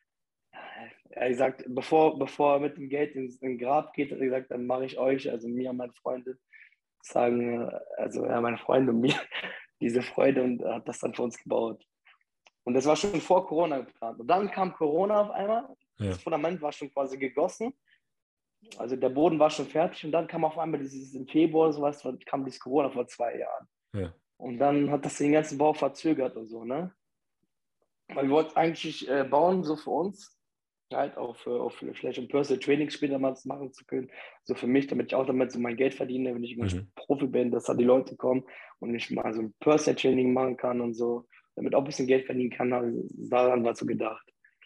Er sagt, bevor, bevor er mit dem Geld ins, in Grab geht, hat er gesagt, dann mache ich euch, also mir und meine Freunde, sagen, äh, also ja, meine Freunde und mir, diese Freude und er hat das dann für uns gebaut. Und das war schon vor Corona geplant. Und dann kam Corona auf einmal, das Ja, Fundament war schon quasi gegossen, also der Boden war schon fertig und dann kam auf einmal dieses im Februar, sowas, kam dieses Corona vor zwei Jahren. ja. Und dann hat das den ganzen Bau verzögert und so, ne? Weil wir wollten eigentlich äh, bauen, so für uns, halt auch für, auch für vielleicht um Personal Training später mal machen zu können. So für mich, damit ich auch damit so mein Geld verdiene, wenn ich irgendwann Mhm. Profi bin, dass da die Leute kommen und ich mal so ein Personal Training machen kann und so, damit auch ein bisschen Geld verdienen kann. Also daran war so gedacht.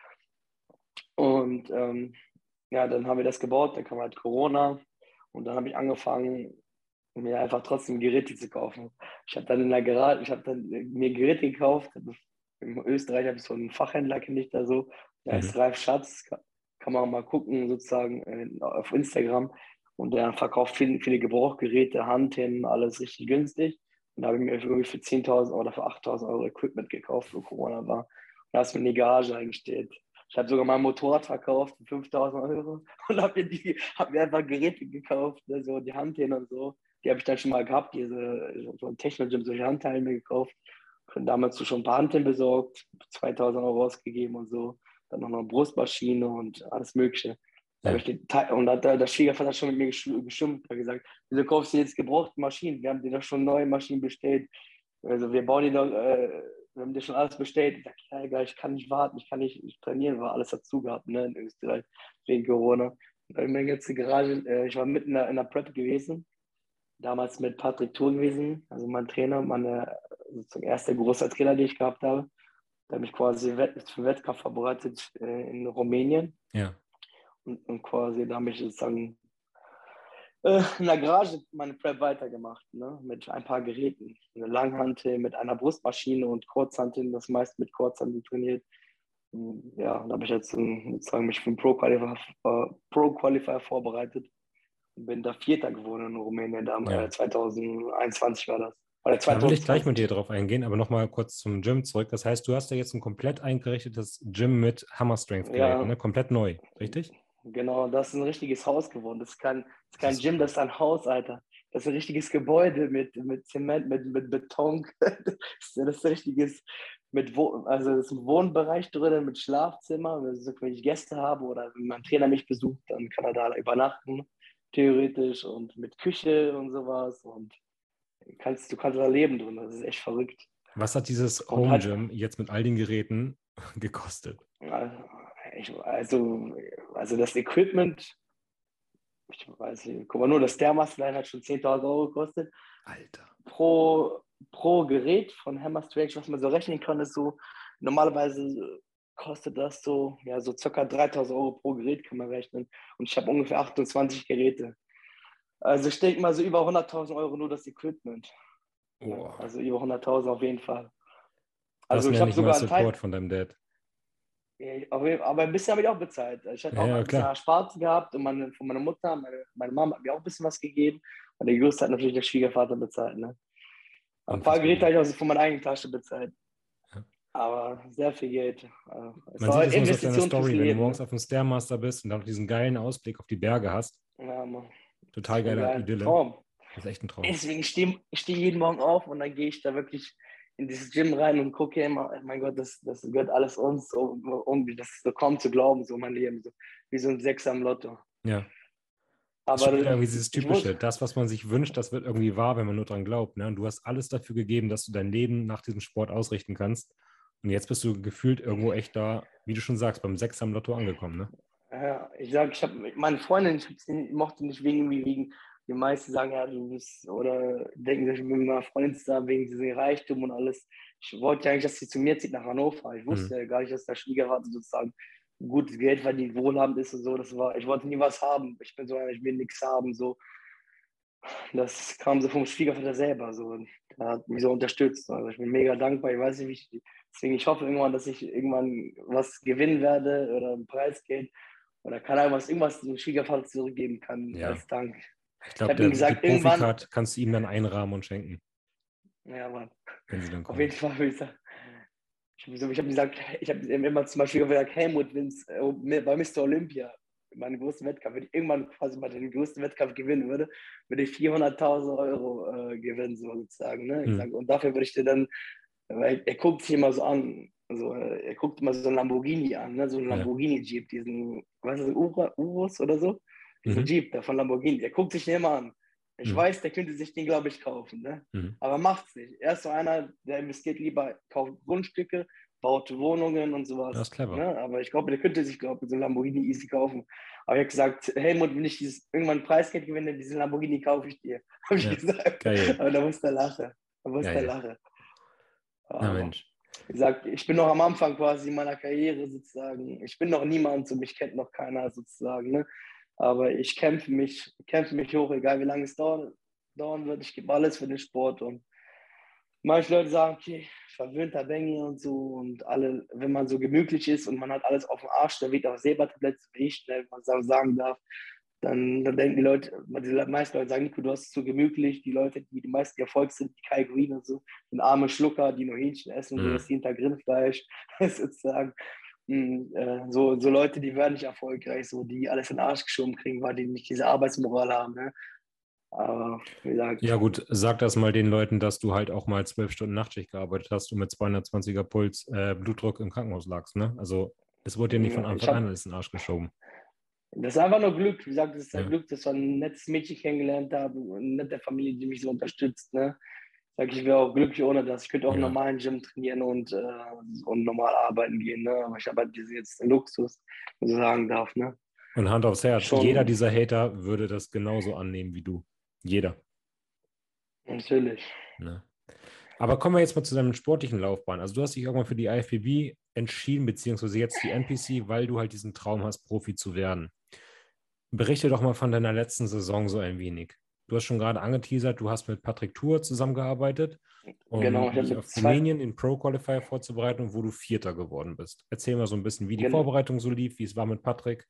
Und ähm, ja, dann haben wir das gebaut, dann kam halt Corona und dann habe ich angefangen, mir einfach trotzdem Geräte zu kaufen. Ich habe dann in der Garage, ich habe dann mir Geräte gekauft. In Österreich habe ich so einen Fachhändler, kenne ich da so. Der heißt Mhm. Ralf Schatz, kann, kann man mal gucken, sozusagen äh, auf Instagram. Und der verkauft viele, viele Gebrauchgeräte, Handhilfen, alles richtig günstig. Und da habe ich mir irgendwie für zehntausend oder für achttausend Euro Equipment gekauft, wo Corona war. Und da hast du mir in die Garage eingestellt. Ich habe sogar mein Motorrad verkauft für fünftausend Euro und habe mir, die- hab mir einfach Geräte gekauft, ne, so die Handhilfen und so. Die habe ich dann schon mal gehabt, diese so ein Techno-Gym, solche Handteile mir gekauft. Und damals so schon ein paar Handhilfen besorgt, zweitausend Euro ausgegeben und so. Dann noch eine Brustmaschine und alles Mögliche. Da habe Ja. ich den Teil, und da hat der der Schwiegervater schon mit mir gesch- geschimpft, hat gesagt, wieso kaufst du jetzt gebrauchte Maschinen? Wir haben dir doch schon neue Maschinen bestellt. Also wir bauen die doch, äh, wir haben dir schon alles bestellt. Ich sag, ja, egal, ich kann nicht warten, ich kann nicht, nicht trainieren, weil alles dazu gehabt, ne, in Österreich, wegen Corona. Da habe ich mir jetzt die Garage, äh, ich war mitten in der, in der Prep gewesen, damals mit Patrick Thur gewesen, also mein Trainer, meine sozusagen erste große Trainer, die ich gehabt habe. Der hat mich quasi wett, für den Wettkampf vorbereitet äh, in Rumänien. Ja. Und, und quasi da habe ich sozusagen äh, in der Garage meine Prep weitergemacht, ne? Mit ein paar Geräten. Eine Langhantel mit einer Brustmaschine und Kurzhanteln, das meist mit Kurzhanteln trainiert. Und ja, da habe ich jetzt ähm, sozusagen mich für den Pro-Qualifier äh, Pro vorbereitet und bin da Vierter geworden in Rumänien, da, äh, Ja. zwanzig einundzwanzig war das. Oder Da will ich gleich mit dir zwanzig zwanzig. drauf eingehen, aber nochmal kurz zum Gym zurück. Das heißt, du hast ja jetzt ein komplett eingerichtetes Gym mit Hammer Strength Geräten, Ja, ne? Komplett neu, richtig? genau, das ist ein richtiges Haus geworden. Das ist kein, das ist Das kein ist Gym, das ist ein Haus, Alter. Das ist ein richtiges Gebäude mit, mit Zement, mit, mit Beton. Das ist ein richtiges, mit Wo also das ist ein Wohnbereich drin, mit Schlafzimmer. Also, wenn ich Gäste habe oder wenn mein Trainer mich besucht, dann kann er da übernachten, theoretisch, und mit Küche und sowas. Und kannst, du kannst da leben drin. Das ist echt verrückt. Was hat dieses Und Home halt, Gym jetzt mit all den Geräten gekostet? also, ich, also, also das Equipment. Ich weiß nicht, guck mal, nur das Stairmaster hat schon zehntausend Euro gekostet. Alter. Pro, pro Gerät von Hammer Strange, was man so rechnen kann, ist so, normalerweise kostet das so, ja, so circa dreitausend Euro pro Gerät kann man rechnen. Und ich habe ungefähr achtundzwanzig Geräte. Also ich denke mal so über hunderttausend Euro nur das Equipment. Ja, Oh, also über hunderttausend auf jeden Fall. das Also ich nenne habe ich mal sogar einen Teil, Support von deinem Dad. ja, auf jeden- aber ein bisschen habe ich auch bezahlt. Ich hatte Ja, auch ja, ein bisschen klar. Erspartes gehabt und meine, von meiner Mutter, meine, meine Mama hat mir auch ein bisschen was gegeben. Und der Größte hat natürlich der Schwiegervater bezahlt. Ne? Ein paar Unfassbar Geräte gut. habe ich auch von meiner eigenen Tasche bezahlt. Ja. Aber sehr viel Geld. Äh, Es Man sieht war es immer so auf deiner Investition fürs Story, wenn du Leben. morgens Ne? auf dem Stairmaster bist und dann noch diesen geilen Ausblick auf die Berge hast. Ja, Mann. Das ist Total schon geile geil. Idylle. Traum. Das ist echt ein Traum. Deswegen, ich stehe ich steh jeden Morgen auf und dann gehe ich da wirklich in dieses Gym rein und gucke immer, mein Gott, das, das gehört alles uns, so, irgendwie, das ist so kaum zu glauben, so mein Leben, so, wie so ein Sechser im Lotto. Ja. Ist schon Aber wieder irgendwie dieses ich muss, Typische. Das, was man sich wünscht, das wird irgendwie wahr, wenn man nur dran glaubt. Ne? Und du hast alles dafür gegeben, dass du dein Leben nach diesem Sport ausrichten kannst. Und jetzt bist du gefühlt irgendwo echt da, wie du schon sagst, beim Sechser am Lotto angekommen. Ne? ja, ich sag, ich habe meine Freundin, ich, hab sie, ich mochte nicht wegen, wie wegen, die meisten sagen, ja, du bist, oder denken sich, ich bin mit meiner Freundin zusammen wegen diesem Reichtum und alles. Ich wollte ja eigentlich, dass sie zu mir zieht nach Hannover. Ich Mhm. wusste ja gar nicht, dass der Schwiegervater sozusagen gutes Geld verdient, wohlhabend ist und so. Das war, ich wollte nie was haben. Ich bin so einer, ich will nichts haben. So. Das kam so vom Schwiegervater selber. So. Der hat mich so unterstützt. Also ich bin mega dankbar. Ich weiß nicht, wie ich, deswegen ich hoffe irgendwann, dass ich irgendwann was gewinnen werde oder ein Preisgeld oder kann er was, irgendwas dem Schwiegervater zurückgeben kann Ja. als Dank. Ich Ich glaube, habe ihm der, die gesagt, irgendwann, Profikarte kannst du ihm dann einrahmen und schenken, ja, Mann, wenn sie dann auf jeden kommt. Fall, ich, sag, ich, ich habe gesagt, ich habe ihm immer zum Beispiel gesagt, Helmut, wenn's, äh, bei Mister Olympia, meinen größten Wettkampf, wenn ich irgendwann quasi mal den größten Wettkampf gewinnen würde, würde ich vierhunderttausend Euro äh, gewinnen, sozusagen. Ne? Ich Mhm. sag, und dafür würde ich dir dann, weil er guckt sich immer so an, also, er guckt immer so ein Lamborghini an, ne? So ein Ja. Lamborghini-Jeep, diesen, was ist das, Ura, Urus oder so? Diesen Mhm. Jeep da von Lamborghini. Er guckt sich den immer an. Ich Mhm. weiß, der könnte sich den, glaube ich, kaufen, ne? Mhm. Aber macht's nicht. Er ist so einer, der investiert lieber, kauft Grundstücke, baut Wohnungen und Das ist sowas. clever. Ne? Aber ich glaube, der könnte sich, glaube ich, so ein Lamborghini easy kaufen. Aber ich habe gesagt, Helmut, wenn ich dieses, irgendwann Preisgeld gewinne, diesen Lamborghini kaufe ich dir. Habe ich Ja. gesagt. Geil. Aber da muss der lachen. Da muss der Geil. lachen. Na Aber Mensch. wie gesagt, ich bin noch am Anfang quasi meiner Karriere sozusagen. Ich bin noch niemand, so mich kennt noch keiner sozusagen. Ne? Aber ich kämpfe mich, kämpfe mich hoch, egal wie lange es dauern, dauern wird. Ich gebe alles für den Sport. Und manche Leute sagen, okay, verwöhnter Bengi und so. Und alle, wenn man so gemütlich ist und man hat alles auf dem Arsch, der wird auch Silbertablett, wie ich schnell man sagen darf. dann, dann denken die Leute, die meisten Leute sagen, Nico, du hast es so gemütlich. Die Leute, die die meisten Erfolg sind, die Kai Green und so, sind arme Schlucker, die nur Hähnchen essen und so, Mhm. das jeden Tag Rindfleisch, sozusagen. Mm, äh, So, so Leute, die werden nicht erfolgreich, so, die alles in den Arsch geschoben kriegen, weil die nicht diese Arbeitsmoral haben. Ne? Aber wie Ja gesagt, gut, sag das mal den Leuten, dass du halt auch mal zwölf Stunden Nachtschicht gearbeitet hast und mit zweihundertzwanziger Puls äh, Blutdruck im Krankenhaus lagst, ne? Also es wurde dir nicht von ja, ich Anfang an habe, alles in den Arsch geschoben. das ist einfach nur Glück. Wie gesagt, das ist ein Ja. Glück, dass ich ein nettes Mädchen kennengelernt habe, eine nette Familie, die mich so unterstützt. Ne? Sag ich, wäre auch glücklich ohne das. Ich könnte auch Ja. normal im Gym trainieren und, äh, und normal arbeiten gehen. Ne? Aber ich habe halt diesen jetzt den Luxus, wenn ich so sagen darf. Ne? Und Hand aufs Herz, jeder Schon, dieser Hater würde das genauso annehmen wie du. Jeder. natürlich. Ne? Aber kommen wir jetzt mal zu deinem sportlichen Laufbahn. Also du hast dich irgendwann für die I F B B entschieden, beziehungsweise jetzt die N P C, weil du halt diesen Traum hast, Profi zu werden. Berichte doch mal von deiner letzten Saison so ein wenig. Du hast schon gerade angeteasert, du hast mit Patrick Tour zusammengearbeitet, Genau, um ich habe dich mit auf zwei, Rumänien, den Pro Qualifier vorzubereiten, wo du Vierter geworden bist. Erzähl mal so ein bisschen, wie die gen, Vorbereitung so lief, wie es war mit Patrick.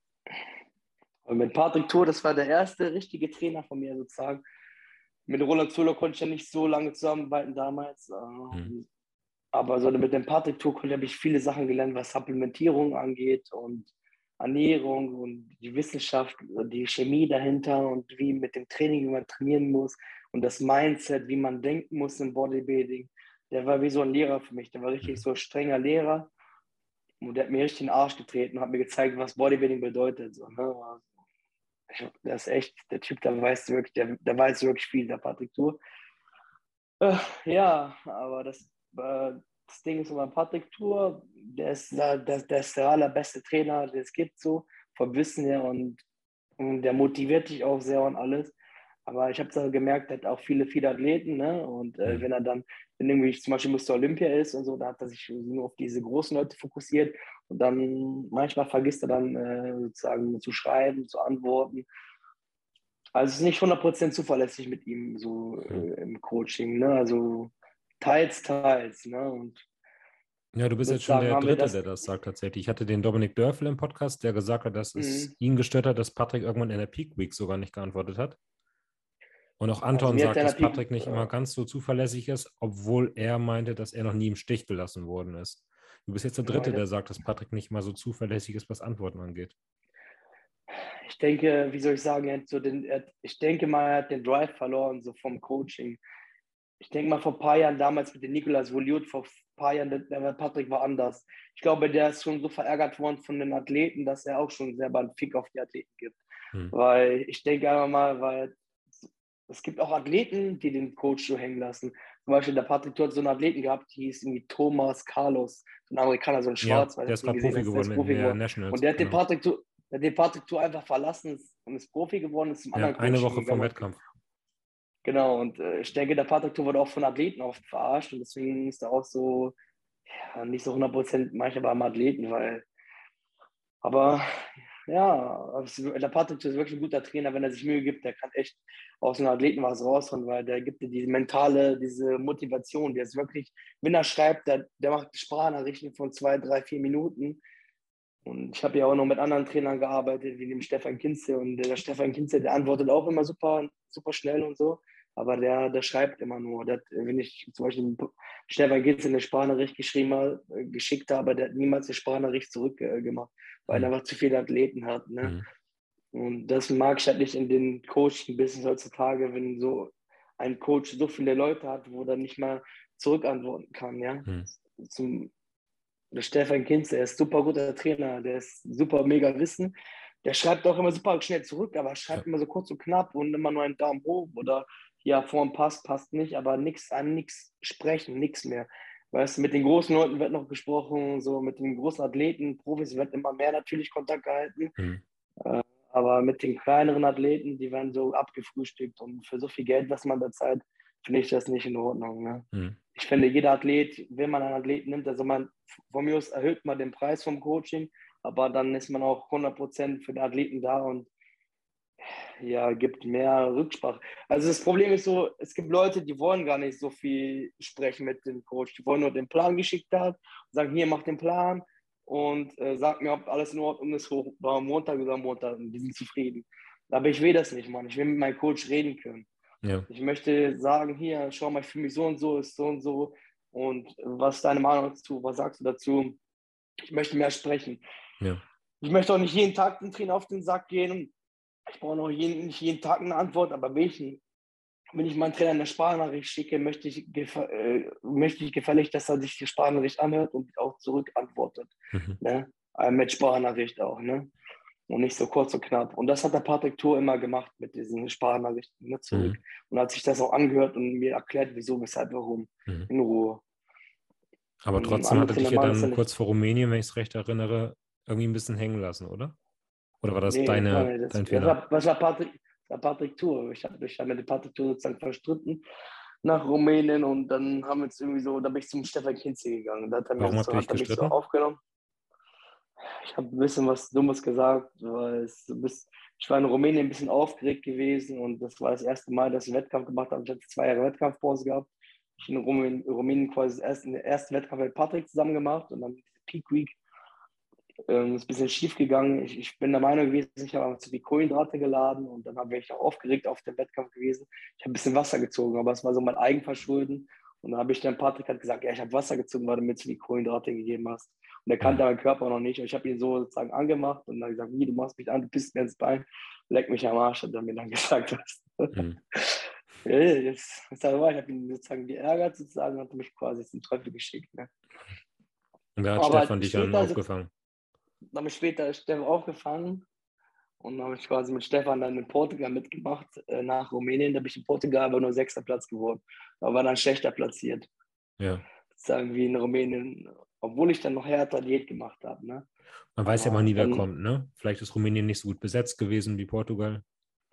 mit Patrick Thor, das war der erste richtige Trainer von mir sozusagen. Mit Roland Zoller konnte ich ja nicht so lange zusammenarbeiten damals. Hm. Ähm, Aber so mit dem Patrick Tour habe ich viele Sachen gelernt, was Supplementierung angeht und Ernährung und die Wissenschaft, die Chemie dahinter und wie mit dem Training, wie man trainieren muss und das Mindset, wie man denken muss im Bodybuilding. Der war wie so ein Lehrer für mich. Der war richtig Hm. so ein strenger Lehrer und der hat mir richtig in den Arsch getreten und hat mir gezeigt, was Bodybuilding bedeutet. So, ne? Ich, das ist echt, der Typ, der weiß wirklich, der, der weiß wirklich viel, der Patrick Tour. Äh, ja, aber das, äh, das Ding ist so beim Patrick Tour, der ist, der, der, der ist der allerbeste Trainer, den es gibt, so vom Wissen her und, und der motiviert dich auch sehr und alles. Aber ich habe da gemerkt, er hat auch viele, viele Athleten, ne? Und äh, Hm. wenn er dann, wenn irgendwie zum Beispiel Mister Olympia ist und so, da hat er sich nur auf diese großen Leute fokussiert und dann manchmal vergisst er dann äh, sozusagen zu schreiben, zu antworten. Also es ist nicht hundert Prozent zuverlässig mit ihm so Hm. äh, im Coaching, ne? Also teils, teils, ne? Und Ja, du bist jetzt schon sozusagen der haben wir Dritte, das. der das sagt tatsächlich. Ich hatte den Dominik Dörfel im Podcast, der gesagt hat, dass es Mh, ihn gestört hat, dass Patrick irgendwann in der Peak Week sogar nicht geantwortet hat. Und auch also Anton mir hat sagt, der dass Nativ, Patrick nicht immer äh, ganz so zuverlässig ist, obwohl er meinte, dass er noch nie im Stich gelassen worden ist. Du bist jetzt der ja, Dritte, ich, hab, der sagt, dass Patrick nicht mal so zuverlässig ist, was Antworten angeht. ich denke, wie soll ich sagen, er hat so den, er hat, ich denke mal, er hat den Drive verloren, so vom Coaching. Ich denke mal, vor ein paar Jahren, damals mit dem Nicolas Voliot, vor ein paar Jahren, der, der Patrick war anders. Ich glaube, der ist schon so verärgert worden von den Athleten, dass er auch schon selber einen Fick auf die Athleten gibt. Hm. Weil ich denke einfach mal, weil es gibt auch Athleten, die den Coach so hängen lassen. Zum Beispiel der Patrick hat so einen Athleten gehabt, die hieß irgendwie Thomas Carlos, so ein Amerikaner, so ein Ja, Schwarz, weil der du ist den gerade gesehen Profi hast, der geworden ist in Profi der geworden. Und Nationals, der hat den genau. Patrick zu, der hat den Patrick zu einfach verlassen und ist Profi geworden, ist zum Ja, anderen eine Coaching Woche vom gegangen. Und, Wettkampf. genau, und äh, ich denke, der Patrick wurde auch von Athleten oft verarscht und deswegen ist er auch so, ja, nicht so hundert Prozent manchmal beim Athleten, weil, aber ja, der Patrick ist wirklich ein guter Trainer, wenn er sich Mühe gibt. Der kann echt aus einem Athleten was rausholen, weil der gibt dir diese mentale, diese Motivation. Der ist wirklich, wenn er schreibt, der, der macht Sprachnachrichten von zwei, drei, vier Minuten. Und ich habe ja auch noch mit anderen Trainern gearbeitet, wie dem Stefan Kinze. Und der Stefan Kinze, der antwortet auch immer super, super schnell und so. Aber der, der schreibt immer nur. Der, wenn ich zum Beispiel dem Stefan Kinze eine Sprachnachricht geschrieben habe, äh, geschickt habe, der hat niemals eine Sprachnachricht zurückgemacht, äh, weil er Hm. einfach zu viele Athleten hat. Ne? Hm. Und das mag ich halt nicht in den Coaching-Business heutzutage, wenn so ein Coach so viele Leute hat, wo er nicht mal zurückantworten kann. Ja? Hm. Zum, der Stefan Kinz, der ist super guter Trainer, der ist super mega Wissen. Der schreibt auch immer super schnell zurück, aber Ja. schreibt immer so kurz und knapp und immer nur einen Daumen hoch oder ja, vorn passt, passt nicht, aber nichts an nichts sprechen, nichts mehr. Weißt du, mit den großen Leuten wird noch gesprochen, so mit den großen Athleten, Profis wird immer mehr natürlich Kontakt gehalten, Hm. äh, aber mit den kleineren Athleten, die werden so abgefrühstückt und für so viel Geld, was man da zahlt, finde ich das nicht in Ordnung. Ne? Hm. Ich finde, jeder Athlet, wenn man einen Athleten nimmt, also man, von mir aus erhöht man den Preis vom Coaching, aber dann ist man auch hundert Prozent für den Athleten da und ja, gibt mehr Rücksprache. Also das Problem ist so, es gibt Leute, die wollen gar nicht so viel sprechen mit dem Coach. Die wollen nur den Plan geschickt haben, sagen, hier, mach den Plan und äh, sag mir, ob alles in Ordnung ist, hoch, war am Montag oder am Montag. Und die sind zufrieden. Aber ich will das nicht, Mann. Ich will mit meinem Coach reden können. Ja. Ich möchte sagen, hier, schau mal, ich fühle mich so und so, ist so und so. Und was ist deine Meinung dazu? Was sagst du dazu? Ich möchte mehr sprechen. Ja. Ich möchte auch nicht jeden Tag den Trainer auf den Sack gehen. Ich brauche noch jeden, nicht jeden Tag eine Antwort, aber wenn ich, wenn ich meinen Trainer eine Sprachnachricht schicke, möchte ich, äh, möchte ich gefällig, dass er sich die Sprachnachricht anhört und auch zurückantwortet. Mhm. Ne? Mit Sprachnachricht auch. Ne? Und nicht so kurz und knapp. Und das hat der Patrick Thur immer gemacht mit diesen Sprachnachrichten ne, zurück. Mhm. Und hat sich das auch angehört und mir erklärt, wieso, weshalb, warum. Mhm. In Ruhe. Aber Und trotzdem andere hatte dich Trainer ja machen das ja dann nicht. kurz vor Rumänien, wenn ich es recht erinnere, irgendwie ein bisschen hängen lassen, oder? Oder war das Nee, deine, Freunde, das, dein das, Fehler? war, das war Patrick, das war Patrick Thur. Ich habe mich hab mit dem Patrick Thur sozusagen verstritten nach Rumänien und dann haben wir es irgendwie so, da bin ich zum Stefan Kinzel gegangen. Da hat er, mir Warum habt so, ihr euch hat er mich so gestritten? aufgenommen. Ich habe ein bisschen was Dummes gesagt, weil es, bis, ich war in Rumänien ein bisschen aufgeregt gewesen und das war das erste Mal, dass ich einen Wettkampf gemacht habe. Ich hatte zwei Jahre Wettkampfpause gehabt. Ich in Rumänien, Rumänien quasi das erste, den ersten Wettkampf mit Patrick zusammen gemacht und dann Peak Week. Ähm, ist ein bisschen schief gegangen. Ich, ich bin der Meinung gewesen, ich habe einfach zu viel Kohlenhydrate geladen und dann habe ich auch aufgeregt auf dem Wettkampf gewesen. Ich habe ein bisschen Wasser gezogen, aber es war so mein Eigenverschulden. Und dann habe ich dann, Patrick hat gesagt, ja, ich habe Wasser gezogen, weil du mir zu viel Kohlenhydrate gegeben hast. Und er kannte Mhm. meinen Körper noch nicht. Und ich habe ihn so sozusagen angemacht und dann gesagt, wie, du machst mich an, du pisst mir ins Bein, leck mich am Arsch, hat er mir dann gesagt hast. Mhm. Ja, jetzt, jetzt war, ich habe ihn sozusagen geärgert, sozusagen, hat mich quasi zum Teufel geschickt. Ne? Und da hat Aber Stefan dich dann später, aufgefangen. dann habe ich später Stefan aufgefangen und dann habe ich quasi mit Stefan dann in Portugal mitgemacht, äh, nach Rumänien. Da bin ich in Portugal aber nur sechster Platz geworden. Da war dann schlechter platziert. Ja. Sagen wie in Rumänien, obwohl ich dann noch härter Diät gemacht habe. Ne? Man weiß ja mal Aber nie, wer dann, kommt, ne? Vielleicht ist Rumänien nicht so gut besetzt gewesen wie Portugal.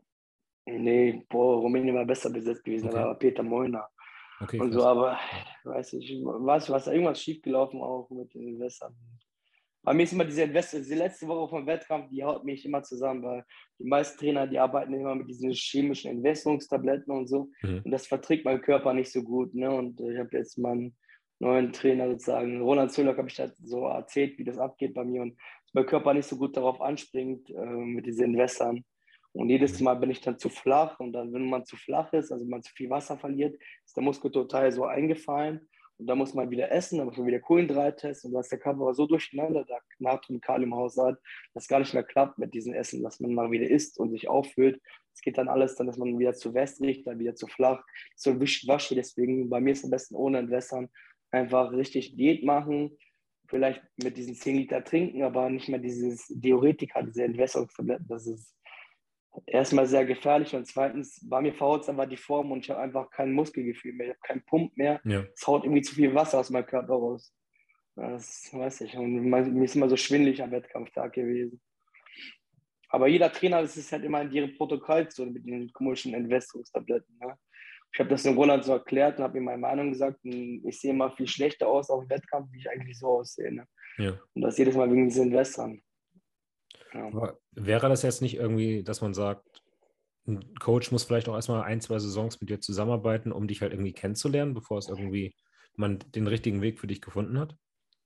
nee, boah, Rumänien war besser besetzt gewesen, da Okay. war Peter Mollner Okay, und so, krass. aber weiß ich, was, was irgendwas schiefgelaufen auch mit den Investern. Bei mir ist immer diese Investor, diese letzte Woche vom Wettkampf, die haut mich immer zusammen, weil die meisten Trainer, die arbeiten immer mit diesen chemischen Entwässerungstabletten und so. Mhm. Und das verträgt mein Körper nicht so gut. Ne? Und ich habe jetzt meinen neuen Trainer sozusagen, Roland Zöllner, habe ich das so erzählt, wie das abgeht bei mir. Und dass mein Körper nicht so gut darauf anspringt, äh, mit diesen Entwässern. Und jedes Mhm. Mal bin ich dann zu flach. Und dann, wenn man zu flach ist, also man zu viel Wasser verliert, ist der Muskeltotal so eingefallen. Und dann muss man wieder essen, dann muss man wieder Kohlenhydrate testen. Und da ist der Körper aber so durcheinander, der Natrium, Kaliumhaushalt, dass es gar nicht mehr klappt mit diesem Essen, dass man mal wieder isst und sich auffüllt. Es geht dann alles, dann ist man wieder zu wässrig, dann wieder zu flach, so wischiwaschi. Deswegen bei mir ist es am besten ohne Entwässern einfach richtig Diät machen, vielleicht mit diesen zehn Liter trinken, aber nicht mehr dieses Diuretika, diese Entwässerungstabletten. Das ist erstmal sehr gefährlich und zweitens war mir verhaut einfach die Form und ich habe einfach kein Muskelgefühl mehr, ich habe keinen Pump mehr. Ja. Es haut irgendwie zu viel Wasser aus meinem Körper raus. Das weiß ich. Und mir ist immer so schwindelig am Wettkampftag gewesen. Aber jeder Trainer, das ist halt immer in ihrem Protokoll so mit den komischen Entwässerungstabletten. Ne? Ich habe das dem Roland so erklärt und habe ihm meine Meinung gesagt. Und ich sehe immer viel schlechter aus auf dem Wettkampf, wie ich eigentlich so aussehe. Ne? Ja. Und das jedes Mal wegen diesen Entwässern. Ja. Aber wäre das jetzt nicht irgendwie, dass man sagt, ein Coach muss vielleicht auch erstmal ein, zwei Saisons mit dir zusammenarbeiten, um dich halt irgendwie kennenzulernen, bevor es irgendwie man den richtigen Weg für dich gefunden hat?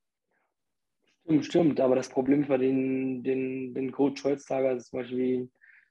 Stimmt, stimmt. Aber das Problem bei den, den, den Coach heutzutage ist zum Beispiel,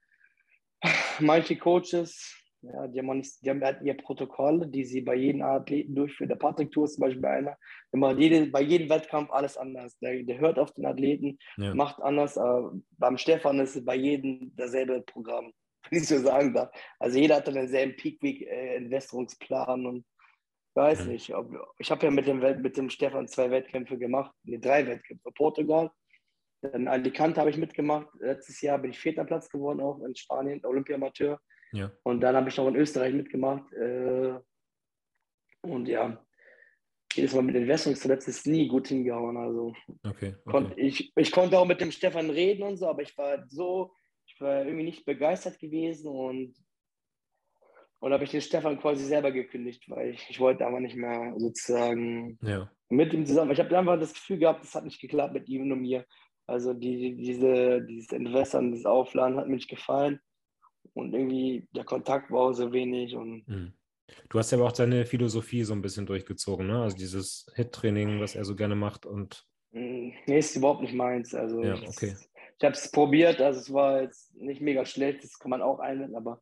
manche Coaches, ja, die haben, auch nicht, die haben halt ihr Protokoll, die sie bei jedem Athleten durchführen. Der Patrick Tour ist zum Beispiel einer, der macht jede, bei jedem Wettkampf alles anders. Der, der hört auf den Athleten, Ja. macht anders. Aber beim Stefan ist es bei jedem dasselbe Programm, wenn ich so sagen darf. Also jeder hat dann denselben Peak-Week-Entwässerungsplan und ich weiß Mhm. nicht. Ob, ich habe ja mit dem, mit dem Stefan zwei Wettkämpfe gemacht, nee, drei Wettkämpfe. Portugal, in Alicante habe ich mitgemacht. Letztes Jahr bin ich vierter Platz geworden, auch in Spanien, Olympiamateur. Ja. Und dann habe ich noch in Österreich mitgemacht. Äh, und ja, jedes Mal mit den Wässerungstabletten ist nie gut hingehauen. Also Okay, okay. konnt, ich, ich konnte auch mit dem Stefan reden und so, aber ich war so, ich war irgendwie nicht begeistert gewesen und und habe ich den Stefan quasi selber gekündigt, weil ich, ich wollte aber nicht mehr sozusagen Ja. mit ihm zusammen. Ich habe einfach das Gefühl gehabt, das hat nicht geklappt mit ihm und mir. Also die, diese, dieses Entwässern, dieses Aufladen hat mir nicht gefallen. Und irgendwie der Kontakt war auch so wenig. Und Mhm. Du hast ja aber auch seine Philosophie so ein bisschen durchgezogen, ne? Also dieses Hit-Training, was er so gerne macht und mh, nee, ist überhaupt nicht meins. Also ja, ich, okay. ich habe es probiert, also es war jetzt nicht mega schlecht, das kann man auch einwenden, aber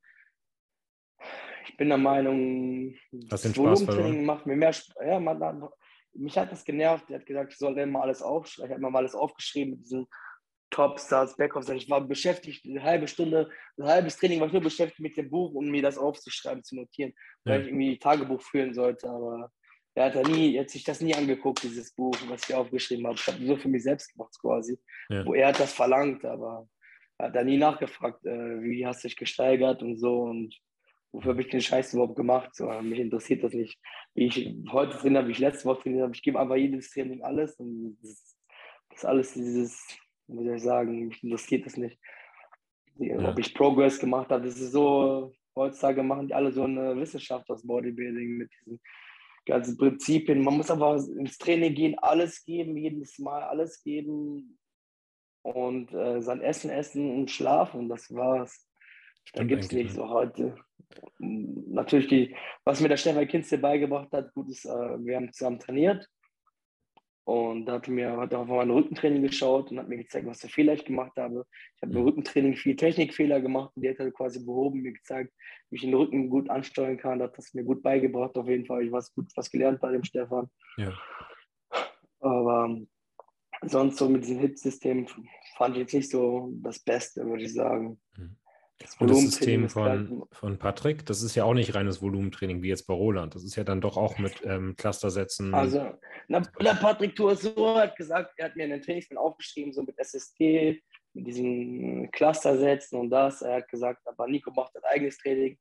ich bin der Meinung, Hast den das Spaß verloren? Volumentraining macht mir mehr Spaß. Ja, man, hat- mich hat das genervt. Der hat gesagt, ich soll immer alles aufschreiben. Ich habe immer mal alles aufgeschrieben mit diesen Topstars, Backups. Ich war beschäftigt, eine halbe Stunde, ein halbes Training war ich nur beschäftigt mit dem Buch, um mir das aufzuschreiben, zu notieren, weil Ja, ich irgendwie Tagebuch führen sollte. Aber er hat, da nie, er hat sich das nie angeguckt, dieses Buch, was ich aufgeschrieben habe. Ich habe so für mich selbst gemacht quasi, ja, wo er hat das verlangt, aber er hat da nie nachgefragt, äh, wie hast du dich gesteigert und so. Und wofür habe ich den Scheiß überhaupt gemacht? So, mich interessiert das nicht, wie ich heute trainiere, wie ich letzte Woche trainiert habe. Ich gebe einfach jedes Training alles und das, das ist alles dieses, wie soll ich sagen, mich interessiert das nicht. Ob ja, ich Progress gemacht habe, das ist so, heutzutage machen die alle so eine Wissenschaft aus Bodybuilding mit diesen ganzen Prinzipien. Man muss aber ins Training gehen, alles geben, jedes Mal alles geben und äh, sein Essen essen und schlafen. Das war's. Da stimmt gibt es eigentlich, nicht ne? so heute. Natürlich, die, was mir der Stefan Kinzel beigebracht hat, gut ist, äh, wir haben zusammen trainiert und da hat mir hat auch auf mein Rückentraining geschaut und hat mir gezeigt, was für Fehler ich gemacht habe. Ich habe im Mhm. Rückentraining viel Technikfehler gemacht und die hat er quasi behoben, mir gezeigt, wie ich den Rücken gut ansteuern kann. Das hat das mir gut beigebracht. Auf jeden Fall, ich was gut was gelernt bei dem Stefan. Ja. Aber sonst so mit diesem Hit-System fand ich jetzt nicht so das Beste, würde ich sagen. Mhm. Das Und das Volumentraining System ist klar. von, von Patrick, das ist ja auch nicht reines Volumentraining wie jetzt bei Roland. Das ist ja dann doch auch mit ähm, Clustersätzen Also, na, und so der weiter. Patrick Toursot hat gesagt, er hat mir einen Trainingsplan aufgeschrieben, so mit S S T, mit diesen Clustersätzen und das. Er hat gesagt, aber Nico macht ein eigenes Training.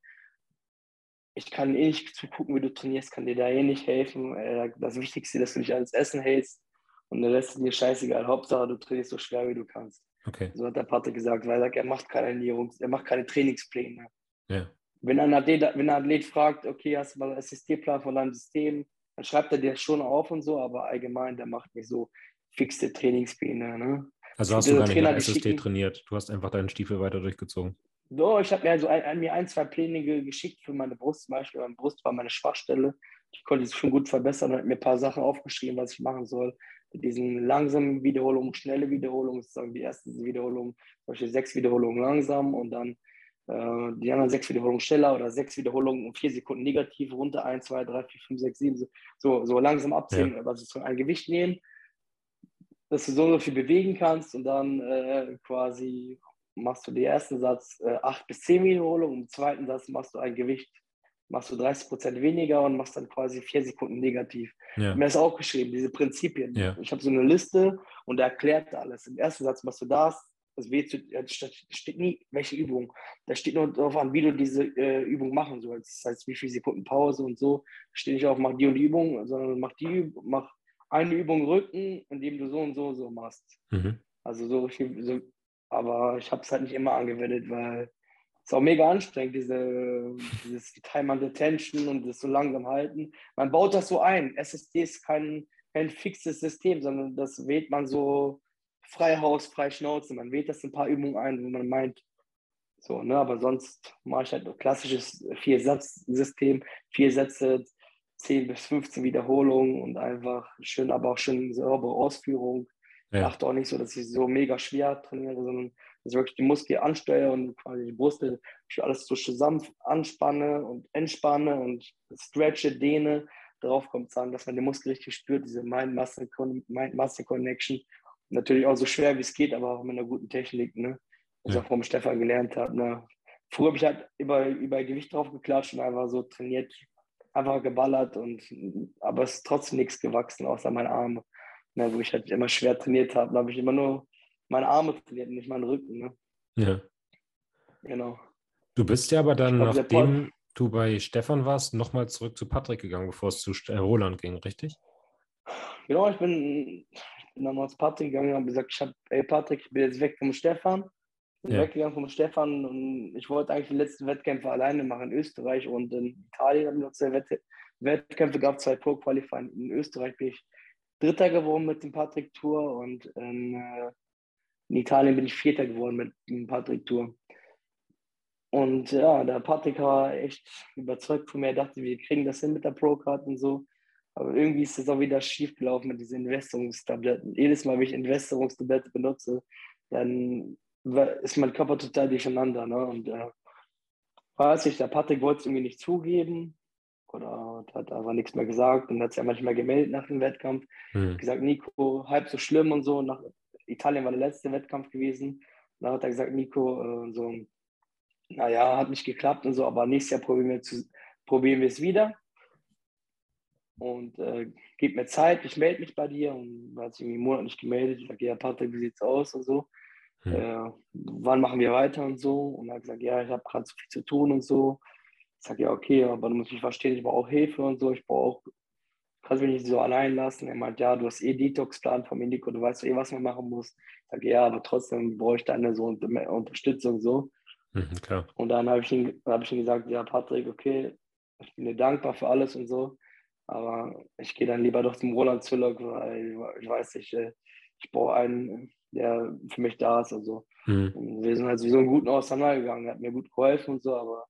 Ich kann eh nicht zugucken, wie du trainierst, kann dir da eh nicht helfen. Äh, Das Wichtigste ist, dass du dich ans Essen hältst und der Rest ist mir scheißegal. Hauptsache, du trainierst so schwer, wie du kannst. Okay, So hat der Patrick gesagt, weil er sagt, er macht keine Ernährungs-, er macht keine Trainingspläne. ja, Wenn ein Athlet, wenn ein Athlet fragt, okay, hast du mal einen S S T-Plan von deinem System, dann schreibt er dir schon auf und so, aber allgemein, der macht nicht so fixe Trainingspläne. Ne? also Es gibt hast du ja so gar nicht nach Trainer, die S S T schicken, trainiert. Du hast einfach deinen Stiefel weiter durchgezogen. so, ich habe mir also ein, ein, mir ein, zwei Pläne ge- geschickt für meine Brust zum Beispiel. Meine Brust war meine Schwachstelle. Ich konnte es schon gut verbessern und habe mir ein paar Sachen aufgeschrieben, was ich machen soll. Mit diesen langsamen Wiederholungen, schnelle Wiederholungen, sozusagen die erste Wiederholung, zum Beispiel sechs Wiederholungen langsam und dann äh, die anderen sechs Wiederholungen schneller oder sechs Wiederholungen um vier Sekunden negativ, runter, eins, zwei, drei, vier, fünf, sechs, sieben, so, so, so langsam Ja, abzählen, also so ein Gewicht nehmen, dass du so und so viel bewegen kannst und dann äh, quasi machst du den ersten Satz äh, acht bis zehn Wiederholungen, im zweiten Satz machst du ein Gewicht, machst du dreißig Prozent weniger und machst dann quasi vier Sekunden negativ. Ich habe ja, mir das auch geschrieben, diese Prinzipien. ja, Ich habe so eine Liste und er erklärt alles. Im ersten Satz machst du das, das wird, da steht nie, welche Übung. Da steht nur darauf an, wie du diese äh, Übung machen sollst. Das heißt, wie viele Sekunden Pause und so. Steht nicht auf, mach die und die Übung, sondern mach die Übung, mach eine Übung Rücken, indem du so und so so machst. mhm. Also so viel, so, aber ich habe es halt nicht immer angewendet, weil es auch mega anstrengend, diese, dieses Time and Attention und das so langsam halten. Man baut das so ein. S S D ist kein, kein fixes System, sondern das wählt man so frei Haus, frei Schnauze. Man wählt das in ein paar Übungen ein, wo man meint, so, ne, aber sonst mache ich halt ein klassisches Vier-Satz-System, vier Sätze, zehn bis fünfzehn Wiederholungen und einfach schön, aber auch schön saubere Ausführung. Ich Ja, achte auch nicht so, dass ich so mega schwer trainiere, sondern dass ich wirklich die Muskeln ansteuere und quasi die Brust alles so zusammen anspanne und entspanne und stretche, dehne. Darauf kommt es an, dass man den Muskel richtig spürt, diese Mind-Muscle-Connection. Natürlich auch so schwer wie es geht, aber auch mit einer guten Technik, ne? Was ich ja, auch vom Stefan gelernt habe. Ne? Früher habe ich halt über, über Gewicht drauf geklatscht und einfach so trainiert, einfach geballert und aber es ist trotzdem nichts gewachsen, außer meine Arme. Ne? Wo ich halt immer schwer trainiert habe, da habe ich immer nur meine Arme trainiert, nicht meinen Rücken. Ne? ja. Genau. Du bist ja aber Ich dann, glaube, der Pod, nachdem du bei Stefan warst, nochmal zurück zu Patrick gegangen, bevor es zu St- äh, Roland ging, richtig? genau, ich bin, ich bin dann mal zu Patrick gegangen und habe gesagt, ich habe, ey Patrick, ich bin jetzt weg vom Stefan. Bin Ja, weggegangen vom Stefan und ich wollte eigentlich die letzten Wettkämpfe alleine machen in Österreich und in Italien habe ich noch zwei Wett Wettkämpfe gehabt, zwei Pro-Qualifying. In Österreich bin ich Dritter geworden mit dem Patrick Tour und in, äh, in Italien bin ich Vierter geworden mit dem Patrick Tour. Und ja, der Patrick war echt überzeugt von mir. Er dachte, wir kriegen das hin mit der Pro-Card und so. Aber irgendwie ist es auch wieder schief gelaufen mit diesen Investorungstabletten. Jedes Mal, wenn ich Investorungstablette benutze, dann ist mein Körper total durcheinander. Ne? Und äh, weiß ich, der Patrick wollte es irgendwie nicht zugeben oder hat einfach nichts mehr gesagt und hat sich einfach nicht mehr gemeldet nach dem Wettkampf. Hm. Gesagt, Nico, halb so schlimm und so. Nach Italien war der letzte Wettkampf gewesen. Da hat er gesagt, Nico, äh, so, naja, hat nicht geklappt und so, aber nächstes Jahr probieren wir, zu, probieren wir es wieder. Und äh, gib mir Zeit, ich melde mich bei dir. Und er hat sich irgendwie einen Monat nicht gemeldet. Ich sage, ja, Patrick, wie sieht's aus und so. Hm. Äh, wann machen wir weiter und so? Und er hat gesagt, ja, ich habe gerade so viel zu tun und so. Ich sage, ja, okay, aber du musst mich verstehen, ich brauche auch Hilfe und so. Ich brauche auch, kannst mich nicht so allein lassen. Er meint, ja, du hast eh Detox-Plan von mir, Nico, du weißt eh, was man machen muss. Ich sage, ja, aber trotzdem brauche ich deine so Unterstützung so. Mhm, klar. Und dann habe ich, ihm, hab ich ihm gesagt, ja, Patrick, okay, ich bin dir dankbar für alles und so. Aber ich gehe dann lieber doch zum Roland Züllock, weil ich weiß nicht, ich brauche einen, der für mich da ist. Also Hm. wir sind halt sowieso einen guten auseinandergegangen, er hat mir gut geholfen und so, aber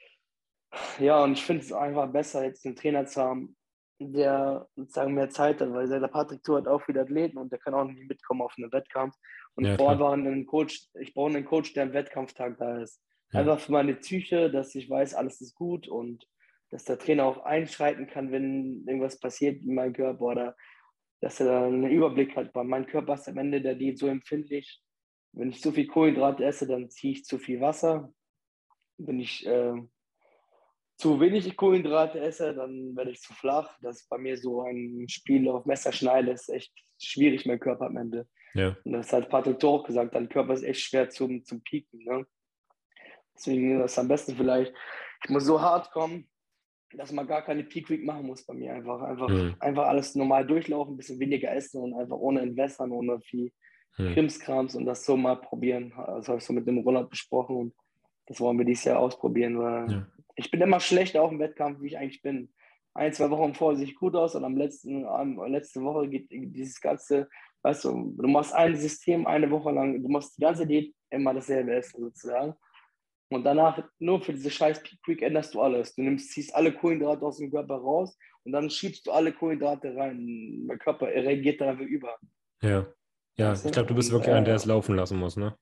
ja, und ich finde es einfach besser, jetzt einen Trainer zu haben, der sozusagen mehr Zeit hat, weil der Patrick Tour hat auch viele Athleten und der kann auch nicht mitkommen auf einen Wettkampf. Und ich Ja, brauche klar. einfach einen Coach, ich brauche einen Coach, der am Wettkampftag da ist. Ja. Einfach für meine Psyche, dass ich weiß, alles ist gut und dass der Trainer auch einschreiten kann, wenn irgendwas passiert in meinem Körper oder dass er da einen Überblick hat, weil mein Körper ist am Ende der Diät so empfindlich. Wenn ich zu viel Kohlenhydrate esse, dann ziehe ich zu viel Wasser. Wenn ich äh, zu wenig Kohlenhydrate esse, dann werde ich zu flach. Das ist bei mir so ein Spiel auf Messerschneide, ist echt schwierig, mein Körper am Ende. Ja. Und das hat Patrick auch gesagt, dein Körper ist echt schwer zum, zum Pieken. Ne? Deswegen ist es am besten vielleicht, ich muss so hart kommen, dass man gar keine Peak Week machen muss bei mir. Einfach, einfach, Hm. einfach alles normal durchlaufen, ein bisschen weniger essen und einfach ohne Entwässern, ohne viel Hm. Krimskrams und das so mal probieren. Das habe ich so mit dem Roland besprochen und das wollen wir dieses Jahr ausprobieren, weil Ja. ich bin immer schlecht auf dem Wettkampf, wie ich eigentlich bin. Ein, zwei Wochen vorher sehe ich gut aus und am letzten, am, letzte Woche geht dieses ganze, weißt du, du machst ein System eine Woche lang, du machst die ganze Diät immer dasselbe essen sozusagen. Und danach, nur für diese scheiß Peak Week änderst du alles. Du nimmst, ziehst alle Kohlenhydrate aus dem Körper raus und dann schiebst du alle Kohlenhydrate rein. Der Körper reagiert da über. Ja. Ja, Weißt du? ich glaube, du bist Und wirklich einer, der äh, es laufen lassen muss, ne?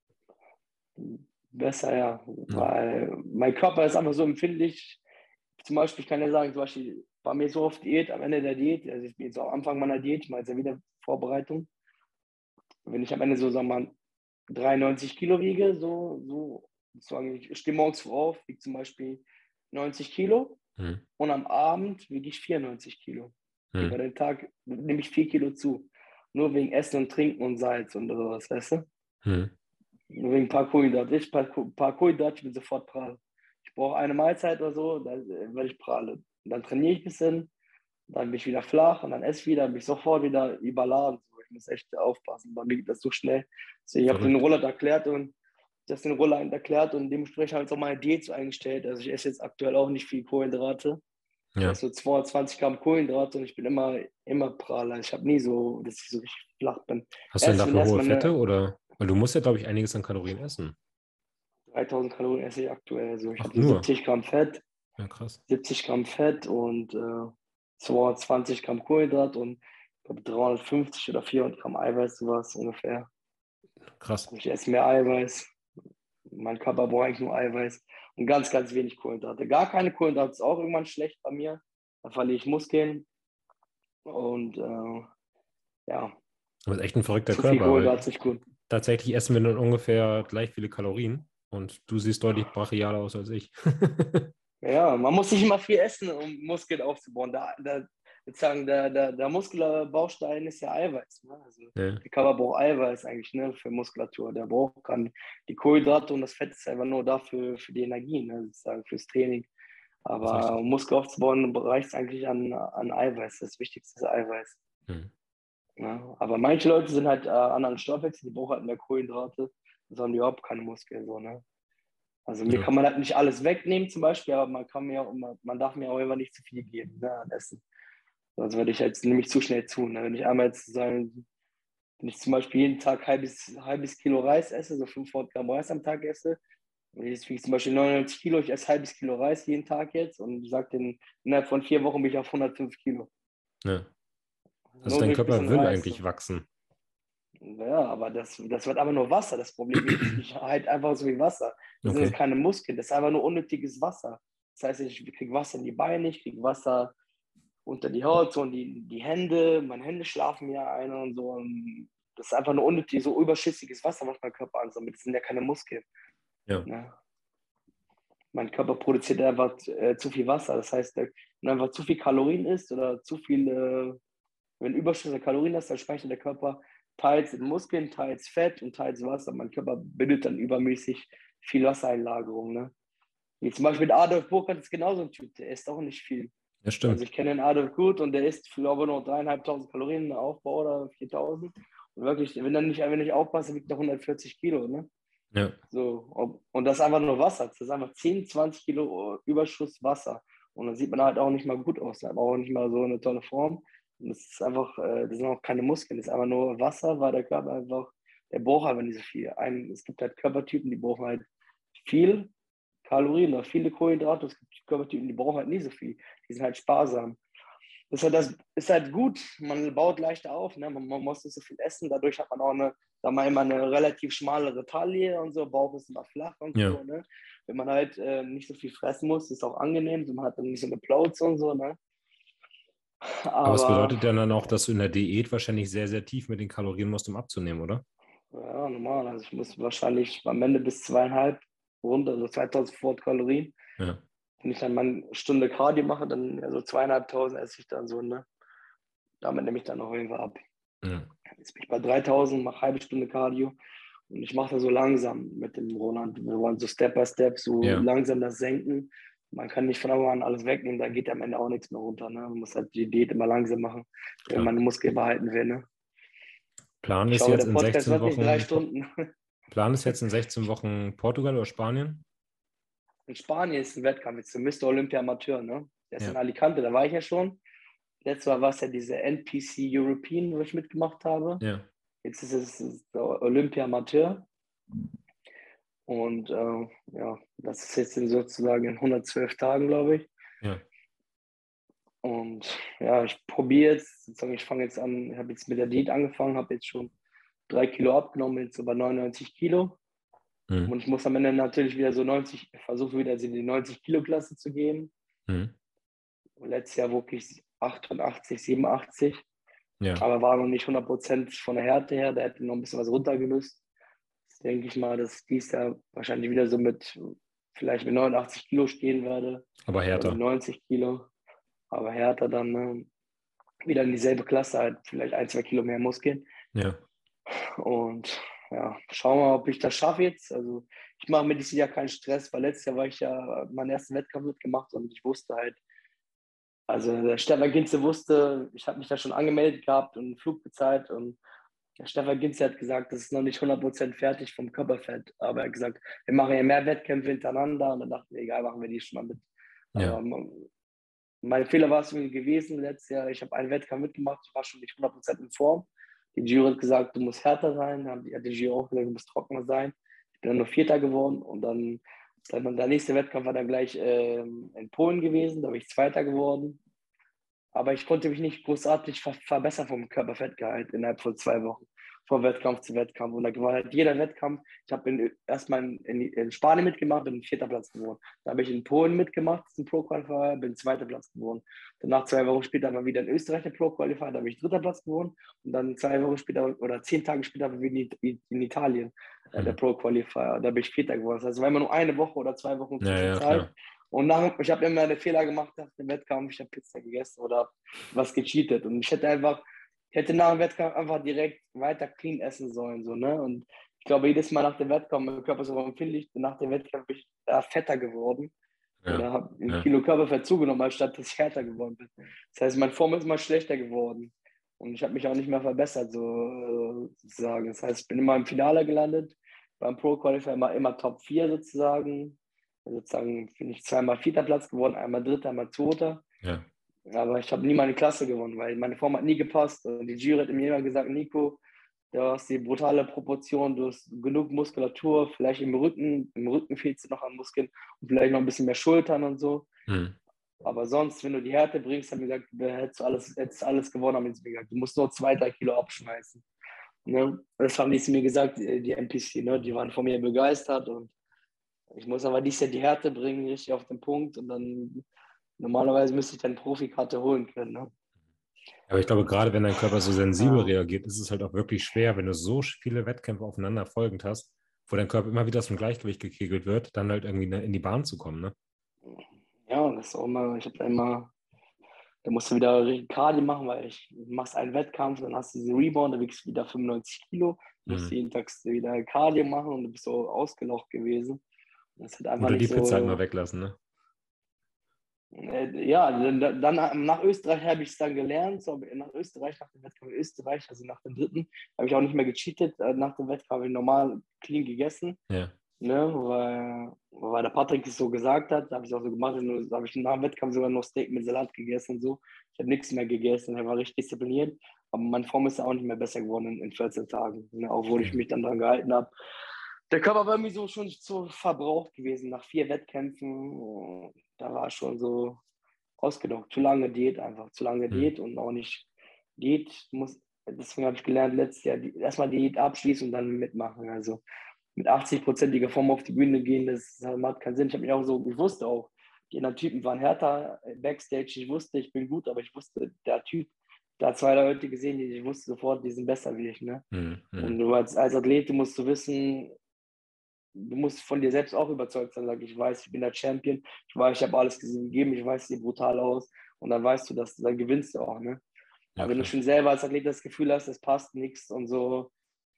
besser, ja. Ja. Weil mein Körper ist einfach so empfindlich. Zum Beispiel, ich kann ja sagen, zum Beispiel bei mir so auf Diät, am Ende der Diät, also ich bin jetzt am Anfang meiner Diät, ich mache jetzt ja wieder Vorbereitung. Wenn ich am Ende so, sagen wir mal, dreiundneunzig Kilo wiege, so, so sozusagen, ich stehe morgens früh auf, wiege zum Beispiel neunzig Kilo Hm. und am Abend wiege ich vierundneunzig Kilo. Über Hm. den Tag nehme ich vier Kilo zu. Nur wegen Essen und Trinken und Salz und sowas, weißt du? Hm. Nur wegen ein paar Kohlenhydrate. Ich ein paar, paar Kohlenhydrate, ich bin sofort prahl. Ich brauche eine Mahlzeit oder so, dann werde ich prahle. Und dann trainiere ich ein bisschen, dann bin ich wieder flach und dann esse ich wieder, dann bin ich sofort wieder überladen. So, ich muss echt aufpassen, bei mir geht das so schnell. Also ich habe den Verrückt. Roller erklärt und das den Roller erklärt und dementsprechend habe ich auch meine Diät so eingestellt. Also ich esse jetzt aktuell auch nicht viel Kohlenhydrate. Ich Ja. esse so zweihundertzwanzig Gramm Kohlenhydrate und ich bin immer, immer praller. Ich habe nie so, dass ich so richtig flach bin. Hast du denn Erst wenn dafür hohe erstmal Fette eine oder? Weil du musst ja, glaube ich, einiges an Kalorien essen. dreitausend Kalorien esse ich aktuell. Also ich Ach, habe so nur. siebzig Gramm Fett, Ja, krass. siebzig Gramm Fett und äh, zweihundertzwanzig Gramm Kohlenhydrat und ich glaube dreihundertfünfzig oder vierhundert Gramm Eiweiß, sowas ungefähr. Krass. Also ich esse mehr Eiweiß. Mein Körper braucht eigentlich nur Eiweiß und ganz, ganz wenig Kohlenhydrate. Gar keine Kohlenhydrate ist auch irgendwann schlecht bei mir. Da verliere ich Muskeln und äh, ja, Du bist echt ein verrückter zu viel Körper, Kohlenhydrate weil ist nicht gut. tatsächlich essen wir dann ungefähr gleich viele Kalorien und du siehst deutlich brachialer aus als ich. Ja, man muss nicht immer viel essen, um Muskeln aufzubauen. Da, da, sozusagen, der, der, der Muskelbaustein ist ja Eiweiß. Ne? Also Ja, der Körper braucht Eiweiß eigentlich ne, für Muskulatur. Der braucht kann die Kohlenhydrate und das Fett ist einfach nur dafür für die Energie, ne, sozusagen fürs Training. das ist Aber richtig. um Muskel aufzubauen, reicht es eigentlich an, an Eiweiß. Das Wichtigste ist Eiweiß. Hm. Ne? Aber manche Leute sind halt äh, anderen Stoffwechsel, die brauchen halt mehr Kohlenhydrate, sonst haben die überhaupt keine Muskeln. So, ne? Also mir Ja. kann man halt nicht alles wegnehmen zum Beispiel, aber man kann mir auch immer, man darf mir auch immer nicht zu viel geben ne, an Essen. Sonst würde ich jetzt nämlich zu schnell zu. Ne? Wenn ich einmal jetzt sagen, wenn ich zum Beispiel jeden Tag halbes, halbes Kilo Reis esse, so fünfhundert Gramm Reis am Tag esse, und jetzt wiege ich zum Beispiel neunundneunzig Kilo, ich esse halbes Kilo Reis jeden Tag jetzt und ich sage den, innerhalb von vier Wochen bin ich auf hundertfünf Kilo. Ja. Also Nur dein durch ein Körper bisschen will Reis. eigentlich So. wachsen. Ja, aber das, das wird aber nur Wasser. Das Problem ist, ich halt einfach so wie Wasser. Das sind jetzt Okay. keine Muskeln, das ist einfach nur unnötiges Wasser. Das heißt, ich kriege Wasser in die Beine, ich kriege Wasser unter die Haut, so und die, die Hände, meine Hände schlafen mir ein und so. Und das ist einfach nur unnötig, so überschüssiges Wasser, was mein Körper ansammelt. Das sind ja keine Muskeln. Ja. Ne? Mein Körper produziert einfach äh, zu viel Wasser. Das heißt, wenn du einfach zu viel Kalorien isst oder zu viel, äh, wenn du Überschuss an Kalorien hast, dann speichert der Körper teils in Muskeln, teils Fett und teils Wasser. Mein Körper bildet dann übermäßig viel Wassereinlagerung. Ne? Wie zum Beispiel Adolf Burkhardt ist genauso ein Typ, der isst auch nicht viel. Ja, Also stimmt. ich kenne den Adolf gut und der isst, glaube ich, noch dreieinhalbtausend Kalorien im Aufbau oder viertausend. Und wirklich, wenn er nicht, wenn ich aufpasse, wiegt er hundertvierzig Kilo. Ne? Ja. So, und das ist einfach nur Wasser. Das ist einfach zehn, zwanzig Kilo Überschuss Wasser. Und dann sieht man halt auch nicht mal gut aus. Da hat man auch nicht mal so eine tolle Form. Und das ist einfach, äh, das sind auch keine Muskeln. Das ist einfach nur Wasser, weil der Körper einfach, der braucht einfach nicht so viel. Ein, es gibt halt Körpertypen, die brauchen halt viel Kalorien oder viele Kohlenhydrate. Es gibt Körpertypen, die brauchen halt nicht so viel. Die sind halt sparsam. Das ist halt, das ist halt gut, man baut leichter auf, ne? man, man muss nicht so viel essen, dadurch hat man auch eine, da mal immer eine relativ schmalere Taille und so, Bauch ist immer flach und Ja. so, ne? Wenn man halt äh, nicht so viel fressen muss, ist auch angenehm, so, man hat dann nicht so eine Plauze und so, ne? Aber es Aber bedeutet ja dann auch, dass du in der Diät wahrscheinlich sehr, sehr tief mit den Kalorien musst, um abzunehmen, oder? ja, normal, also ich muss wahrscheinlich am Ende bis zweieinhalb runter, also zweitausendfünfhundert Kalorien. Ja. Wenn ich dann mal eine Stunde Cardio mache, dann also zweieinhalbtausend esse ich dann so, ne? Damit nehme ich dann auf jeden Fall ab. Ja. Jetzt bin ich bei dreitausend, mache halbe Stunde Cardio und ich mache das so langsam mit dem Roland. Wir wollen so Step by Step so Ja. langsam das senken. Man kann nicht von Anfang an alles wegnehmen, da geht am Ende auch nichts mehr runter. Ne? Man muss halt die Diät immer langsam machen, wenn Klar. man Muskeln behalten will. Ne? Plan Ich ist hoffe, jetzt der in Podcast sechzehn wird nicht drei Wochen, Stunden. Plan ist jetzt in sechzehn Wochen Portugal oder Spanien? In Spanien ist ein Wettkampf, jetzt der Mister Olympia Amateur. Ne? Der ist in Ja. Alicante, da war ich ja schon. Letztes Mal war es ja diese N P C European, wo ich mitgemacht habe. Ja. Jetzt ist es der Olympia Amateur. Und äh, ja, das ist jetzt in sozusagen in hundertzwölf Tagen, glaube ich. Ja. Und ja, ich probiere jetzt, sozusagen, ich fange jetzt an, ich habe jetzt mit der Diät angefangen, habe jetzt schon drei Kilo abgenommen, jetzt über neunundneunzig Kilo. Mhm. Und ich muss am Ende natürlich wieder so neunzig, versuche wieder in die neunzig Kilo Klasse zu gehen. Mhm. Und letztes Jahr wog ich achtundachtzig, siebenundachtzig, Ja. aber war noch nicht hundert Prozent von der Härte her, da hätte noch ein bisschen was runtergelöst. Jetzt denke ich mal, dass dies Jahr wahrscheinlich wieder so mit, vielleicht mit neunundachtzig Kilo stehen werde Aber oder mit härter. neunzig Kilo, aber härter dann ne? Wieder in dieselbe Klasse, halt vielleicht ein, zwei Kilo mehr Muskeln. Ja. Und ja, schauen wir mal, ob ich das schaffe jetzt. Also ich mache mir dieses Jahr keinen Stress, weil letztes Jahr war ich ja meinen ersten Wettkampf mitgemacht und ich wusste halt, also der Stefan Ginze wusste, ich habe mich da schon angemeldet gehabt und einen Flug bezahlt und der Stefan Ginze hat gesagt, das ist noch nicht hundert Prozent fertig vom Körperfett. Aber er hat gesagt, wir machen ja mehr Wettkämpfe hintereinander und dann dachten wir, egal, machen wir die schon mal mit. Ja. Aber mein Fehler war es irgendwie gewesen letztes Jahr. Ich habe einen Wettkampf mitgemacht, ich war schon nicht hundert Prozent in Form. Die Jury hat gesagt, du musst härter sein. Dann hat die Jury auch gesagt, du musst trockener sein. Ich bin dann nur Vierter geworden und dann, dann der nächste Wettkampf war dann gleich ähm, in Polen gewesen. Da bin ich Zweiter geworden. Aber ich konnte mich nicht großartig ver verbessern vom Körperfettgehalt innerhalb von zwei Wochen, von Wettkampf zu Wettkampf. Und da war halt jeder Wettkampf. Ich habe erstmal in, in, in Spanien mitgemacht, bin vierter Platz geworden. Da habe ich in Polen mitgemacht, zum Pro Qualifier, bin zweiter Platz geworden. Danach zwei Wochen später haben wir wieder in Österreich den Pro Qualifier, da habe ich dritter Platz geworden. Und dann zwei Wochen später oder zehn Tage später haben wir in, in Italien äh, der Mhm. Pro Qualifier, da bin ich vierter geworden. Das heißt, war immer nur eine Woche oder zwei Wochen Ja, ja, Zwischenzeit. klar. Und nach, ich habe immer einen Fehler gemacht nach dem Wettkampf, ich habe Pizza gegessen oder was gecheatet. Und ich hätte einfach, ich hätte nach dem Wettkampf einfach direkt weiter clean essen sollen. So, ne? Und ich glaube, jedes Mal nach dem Wettkampf, mein Körper ist so empfindlich, nach dem Wettkampf bin ich äh, fetter geworden Ja. oder habe ein Ja. Kilo Körperfett zugenommen, anstatt dass ich härter geworden bin. Das heißt, meine Form ist immer schlechter geworden. Und ich habe mich auch nicht mehr verbessert, so äh, sozusagen. Das heißt, ich bin immer im Finale gelandet, beim Pro Qualifier immer, immer Top vier sozusagen. Sozusagen bin ich zweimal vierter Platz geworden, einmal dritter, einmal zweiter. Ja. Aber ich habe nie meine Klasse gewonnen, weil meine Form hat nie gepasst. Und die Jury hat mir immer gesagt, Nico, du hast die brutale Proportion, du hast genug Muskulatur, vielleicht im Rücken, im Rücken fehlt es noch an Muskeln und vielleicht noch ein bisschen mehr Schultern und so. Mhm. Aber sonst, wenn du die Härte bringst, haben wir gesagt, du hättest alles, hättest alles gewonnen, haben sie mir gesagt, du musst nur zwei, drei Kilo abschmeißen. Ne? Das haben die zu mir gesagt, die die N P C, ne? Die waren von mir begeistert und ich muss aber dieses Jahr die Härte bringen, richtig auf den Punkt und dann normalerweise müsste ich dann Profikarte holen können. Ne? Aber ich glaube, gerade wenn dein Körper so sensibel Ja. reagiert, ist es halt auch wirklich schwer, wenn du so viele Wettkämpfe aufeinander folgend hast, wo dein Körper immer wieder aus dem Gleichgewicht gekegelt wird, dann halt irgendwie in die Bahn zu kommen, ne? Ja, und das ist auch immer, ich habe da immer, da musst du wieder richtig Cardio machen, weil ich du machst einen Wettkampf, dann hast du diesen Rebound, da wiegst du wieder fünfundneunzig Kilo, musst Mhm. jeden Tag wieder Cardio machen und du bist so ausgelaucht gewesen. Das hat einfach Oder die nicht Pizza halt mal so, weglassen, ne? äh, ja, dann, dann nach Österreich habe ich es dann gelernt, so nach Österreich, nach dem Wettkampf in Österreich, also nach dem dritten, habe ich auch nicht mehr gecheatet, äh, nach dem Wettkampf habe ich normal clean gegessen. Ja. Ne, weil, weil der Patrick es so gesagt hat, habe ich auch so gemacht. Und da habe ich nach dem Wettkampf sogar noch Steak mit Salat gegessen und so. Ich habe nichts mehr gegessen, er war richtig diszipliniert. Aber meine Form ist auch nicht mehr besser geworden in, in vierzehn Tagen, ne, obwohl ich Okay. mich dann dran gehalten habe. Der Körper war irgendwie so schon so verbraucht gewesen nach vier Wettkämpfen. Da war schon so ausgenockt. Zu lange Diät einfach, zu lange Hm. Diät und auch nicht Diät muss. Deswegen habe ich gelernt, letztes Jahr die, erstmal Diät abschließen und dann mitmachen. Also mit achtzig-prozentiger Form auf die Bühne gehen, das macht keinen Sinn. Ich habe mich auch so, ich wusste auch, die anderen Typen waren härter Backstage. Ich wusste, ich bin gut, aber ich wusste, der Typ, da hat zwei Leute gesehen, die ich wusste sofort, die sind besser wie ich. Ne? Hm. Und Hm. du als, als Athlet, du musst du wissen, du musst von dir selbst auch überzeugt sein. Sag, ich weiß, ich bin der Champion, ich weiß, ich habe alles gegeben, ich weiß, es sieht brutal aus. Und dann weißt du, dass dann gewinnst du auch. Ne? Ja, Aber wenn du klar. schon selber als Athlet das Gefühl hast, es passt nichts und so,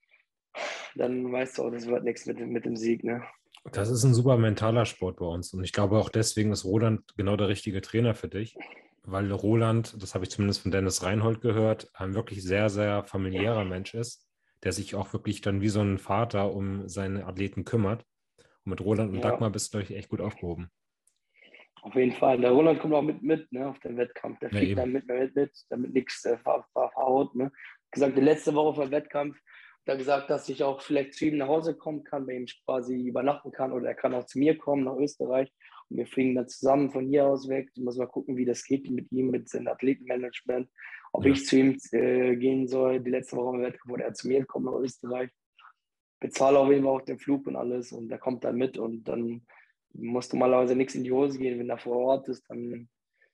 dann weißt du auch, das wird nichts mit, mit dem Sieg. Ne? Das ist ein super mentaler Sport bei uns. Und ich glaube auch deswegen ist Roland genau der richtige Trainer für dich, weil Roland, das habe ich zumindest von Dennis Reinhold gehört, ein wirklich sehr, sehr familiärer Mensch ist, der sich auch wirklich dann wie so ein Vater um seine Athleten kümmert. Und mit Roland und Ja, Dagmar bist du, glaube ich, echt gut aufgehoben. auf jeden Fall. Der Roland kommt auch mit, mit ne, auf den Wettkampf. Der Ja, fliegt eben. dann mit, mit, mit damit nichts äh, ver, ver, verhaut. Ne? Gesagt, die letzte Woche vor dem Wettkampf hat er gesagt, dass ich auch vielleicht zu ihm nach Hause kommen kann, bei ihm quasi übernachten kann oder er kann auch zu mir kommen nach Österreich und wir fliegen dann zusammen von hier aus weg. Ich muss mal gucken, wie das geht mit ihm, mit seinem Athletenmanagement, ob Ja. ich zu ihm äh, gehen soll. Die letzte Woche im Wettkampf, oder er zu mir kommt nach Österreich. Bezahle auf jeden Fall auch den Flug und alles und der kommt dann mit und dann muss normalerweise nichts in die Hose gehen, wenn er vor Ort ist, dann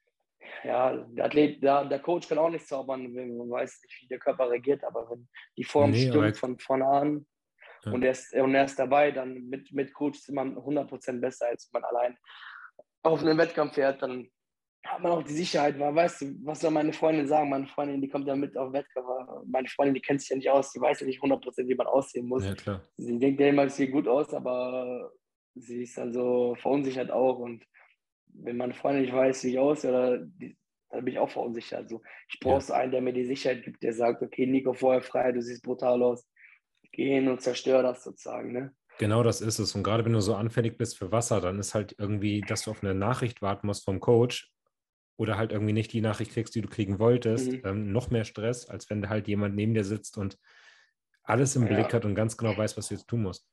ja, der Athlet, der, der Coach kann auch nicht zaubern, wenn man weiß nicht, wie der Körper reagiert, aber wenn die Form Nee, aber stimmt von vorne an ja. und er ist, und er ist dabei, dann mit, mit Coach ist man hundert Prozent besser, als wenn man allein auf einen Wettkampf fährt, dann hat man auch die Sicherheit, weil, weißt du, was soll meine Freundin sagen? Meine Freundin, die kommt ja mit auf den Wettkampf, meine Freundin, die kennt sich ja nicht aus, die weiß ja nicht hundert Prozent, wie man aussehen muss. Ja, klar. Sie denkt ja immer, es sieht gut aus, aber sie ist dann so verunsichert auch und wenn meine Freundin nicht weiß, wie ich aussehe, oder die, dann bin ich auch verunsichert. Also ich brauche Ja. so einen, der mir die Sicherheit gibt, der sagt, okay, Nico, vorher frei, du siehst brutal aus, geh hin und zerstör das sozusagen, ne? Genau das ist es. Und gerade wenn du so anfällig bist für Wasser, dann ist halt irgendwie, dass du auf eine Nachricht warten musst vom Coach oder halt irgendwie nicht die Nachricht kriegst, die du kriegen wolltest, Mhm. ähm, noch mehr Stress, als wenn da halt jemand neben dir sitzt und alles im Blick Ja, hat und ganz genau weiß, was du jetzt tun musst.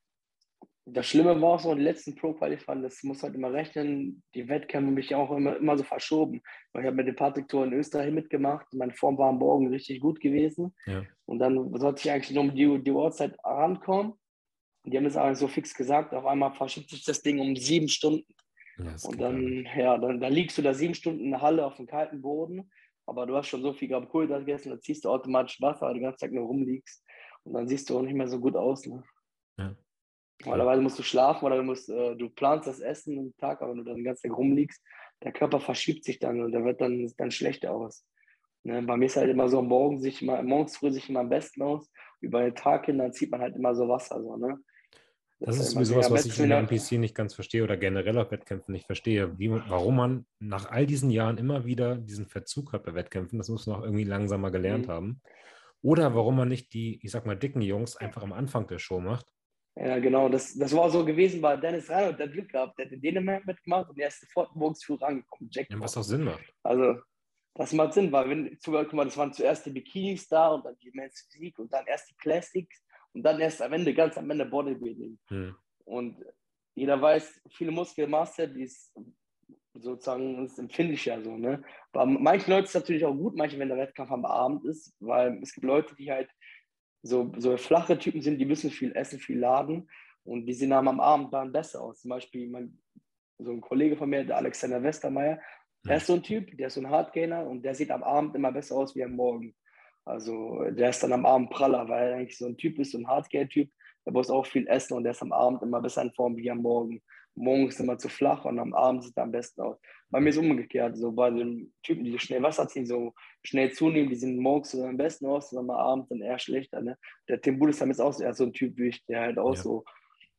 das Schlimme war auch so, die letzten Pro-Qualifiern, das muss halt immer rechnen, die Wettkämpfe haben mich auch immer, immer so verschoben. Weil ich habe mit dem Patrick-Tour in Österreich mitgemacht, meine Form war am Morgen richtig gut gewesen Ja, und dann sollte ich eigentlich nur um die, die Uhrzeit rankommen und die haben es aber so fix gesagt, auf einmal verschiebt sich das Ding um sieben Stunden. ja, das Und geht gar dann, nicht. ja, dann, dann liegst du da sieben Stunden in der Halle auf dem kalten Boden, aber du hast schon so viel Gramm Kohlenhydrate gegessen, dann ziehst du automatisch Wasser, weil du die ganze Zeit nur rumliegst. Und dann siehst du auch nicht mehr so gut aus. Ne? Ja, klar. Normalerweise musst du schlafen oder du, musst, äh, du planst das Essen am Tag, aber wenn du dann den ganzen Tag rumliegst, der Körper verschiebt sich dann und der wird dann, dann schlechter aus. Ne? Bei mir ist halt immer so, morgens, sich immer, morgens früh sich immer am besten aus. Über den Tag hin, dann zieht man halt immer so Wasser. So, ne? Das Das ist ist halt immer sowieso sehr was, am was ich besten, in wenn der er, N P C nicht ganz verstehe oder generell auf Wettkämpfen nicht verstehe, wie, warum man nach all diesen Jahren immer wieder diesen Verzug hat bei Wettkämpfen. Das muss man auch irgendwie langsamer gelernt mh, haben. Oder warum man nicht die, ich sag mal, dicken Jungs einfach am Anfang der Show macht. ja, genau, das, das war so gewesen bei Dennis Reinhardt, der hat Glück gehabt, der hat in Dänemark mitgemacht und der ist sofort morgens früh rangekommen, Ja, was Jackpot. auch Sinn macht. Also, das macht Sinn, weil wenn, guck mal, das waren zuerst die Bikinis da und dann die Men's Physik und dann erst die Classics und dann erst am Ende, ganz am Ende Bodybuilding. Hm. Und jeder weiß, viele Muskelmasse, die ist sozusagen ist empfindlicher so, ne? Bei manchen Leuten ist es natürlich auch gut, manche, wenn der Wettkampf am Abend ist, weil es gibt Leute, die halt so, so flache Typen sind, die müssen viel essen, viel laden und die sehen am Abend dann besser aus. Zum Beispiel mein, so ein Kollege von mir, der Alexander Westermeier, der Hm. ist so ein Typ, der ist so ein Hardgainer und der sieht am Abend immer besser aus wie am Morgen. Also der ist dann am Abend praller, weil er eigentlich so ein Typ ist, so ein Hardgainer-Typ, der muss auch viel essen und der ist am Abend immer besser in Form wie am Morgen. Morgens ist immer zu flach und am Abend sieht er am besten aus. Bei mir ist es umgekehrt, so bei den Typen, die schnell Wasser ziehen, so schnell zunehmen, die sehen morgens so am besten aus, und am Abend dann eher schlechter. Ne? Der Tim Budesheim ist auch so, eher so ein Typ wie ich, der halt auch Ja. so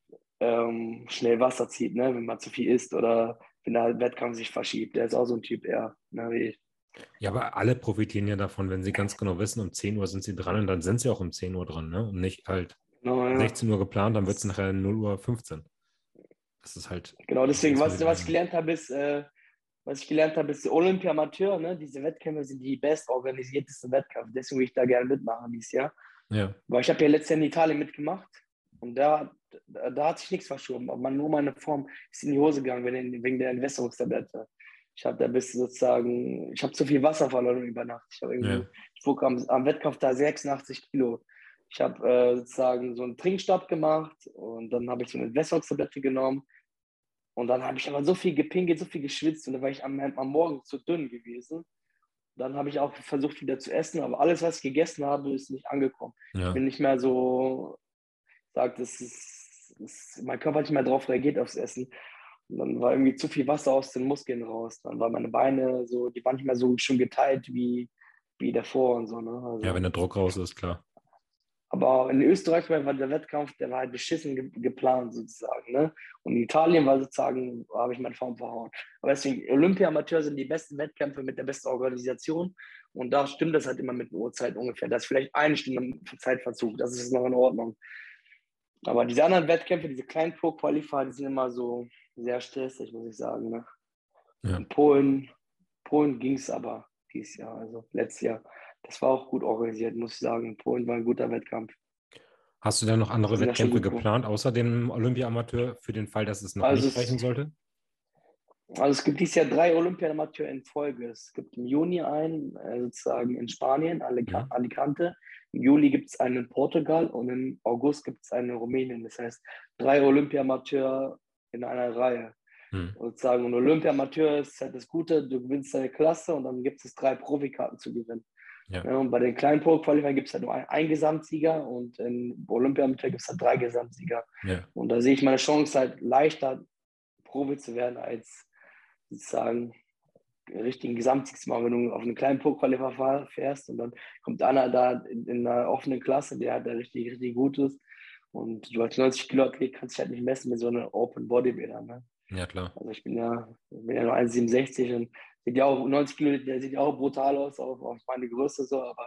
ähm, schnell Wasser zieht, ne? Wenn man zu viel isst oder wenn der Wettkampf sich verschiebt. Der ist auch so ein Typ eher, ne, wie ich. Ja, aber alle profitieren ja davon, wenn sie ganz genau wissen, um zehn Uhr sind sie dran und dann sind sie auch um zehn Uhr dran, ne? Und nicht halt Genau, ja. sechzehn Uhr geplant, dann wird es Das, nachher null Uhr fünfzehn. Das ist halt, genau, so deswegen, ist man was, sich was ich einig. gelernt habe, ist, äh, was ich gelernt habe, ist Olympia-Amateur, ne? Diese Wettkämpfe sind die bestorganisiertesten Wettkämpfe. Deswegen will ich da gerne mitmachen dieses Jahr. Ja, Weil ich habe ja letztes Jahr in Italien mitgemacht und da, da, da hat sich nichts verschoben. Aber nur meine Form ist in die Hose gegangen wegen, wegen der Entwässerungstablette. Ich habe da bis sozusagen, ich habe zu viel Wasser verloren über Nacht. Ich habe irgendwie, ja, ich wog am, am Wettkampf da sechsundachtzig Kilo. Ich habe äh, sozusagen so einen Trinkstopp gemacht und dann habe ich so eine Entwässerungstablette genommen und dann habe ich aber so viel gepinkelt, so viel geschwitzt und dann war ich am, am Morgen zu dünn gewesen. Dann habe ich auch versucht, wieder zu essen, aber alles, was ich gegessen habe, ist nicht angekommen. Ich ja. bin nicht mehr so, sagt, es ist, es, mein Körper hat nicht mehr darauf reagiert aufs Essen. Und dann war irgendwie zu viel Wasser aus den Muskeln raus. Dann waren meine Beine so, die waren nicht mehr so schön geteilt wie, wie davor und so. Ne? Ja, wenn Also, der Druck raus ist, klar. aber in Österreich war der Wettkampf, der war halt beschissen ge geplant sozusagen. Ne? Und in Italien war sozusagen, habe ich meine Form verhauen. Aber deswegen, Olympia-Amateur sind die besten Wettkämpfe mit der besten Organisation. Und da stimmt das halt immer mit der Uhrzeit ungefähr. Das ist vielleicht eine Stunde Zeitverzug, das ist noch in Ordnung. Aber diese anderen Wettkämpfe, diese kleinen Pro-Qualifier, die sind immer so sehr stressig, muss ich sagen. Ne? Ja. In Polen, Polen ging es aber dieses Jahr, also letztes Jahr. Das war auch gut organisiert, muss ich sagen. In Polen war ein guter Wettkampf. Hast du denn noch Die andere sind ja schon Wettkämpfe gut geworden. geplant, außer dem Olympia-Amateur, für den Fall, dass es noch Also nicht es, reichen sollte? also es gibt dieses Jahr drei Olympiamateure in Folge. Es gibt im Juni einen, äh, sozusagen in Spanien, Alica- Mhm. Alicante. Im Juli gibt es einen in Portugal und im August gibt es einen in Rumänien. Das heißt, drei Olympiamateure in einer Reihe. Mhm. Und sagen, ein Olympiamateur ist halt das Gute, du gewinnst deine Klasse und dann gibt es drei Profikarten zu gewinnen. Ja, Ja, und bei den kleinen Pro-Qualifiern gibt es halt nur einen, einen Gesamtsieger und im Olympiamateur gibt es halt drei Gesamtsieger. ja, Und da sehe ich meine Chance halt leichter, Profi zu werden, als sozusagen richtigen Gesamtsieg zu machen. Wenn du auf einen kleinen Pro-Qualifier fährst und dann kommt einer da in, in einer offenen Klasse, der halt da richtig, richtig gut ist. Und du als neunzig Kilo Athlet kannst dich halt nicht messen mit so einer Open Bodybuilder. Ne? ja, klar. Also ich bin ja, ich bin ja nur eins Komma siebenundsechzig und sieht ja auch neunzig Kilo, der sieht ja auch brutal aus, auf, auf meine Größe so, aber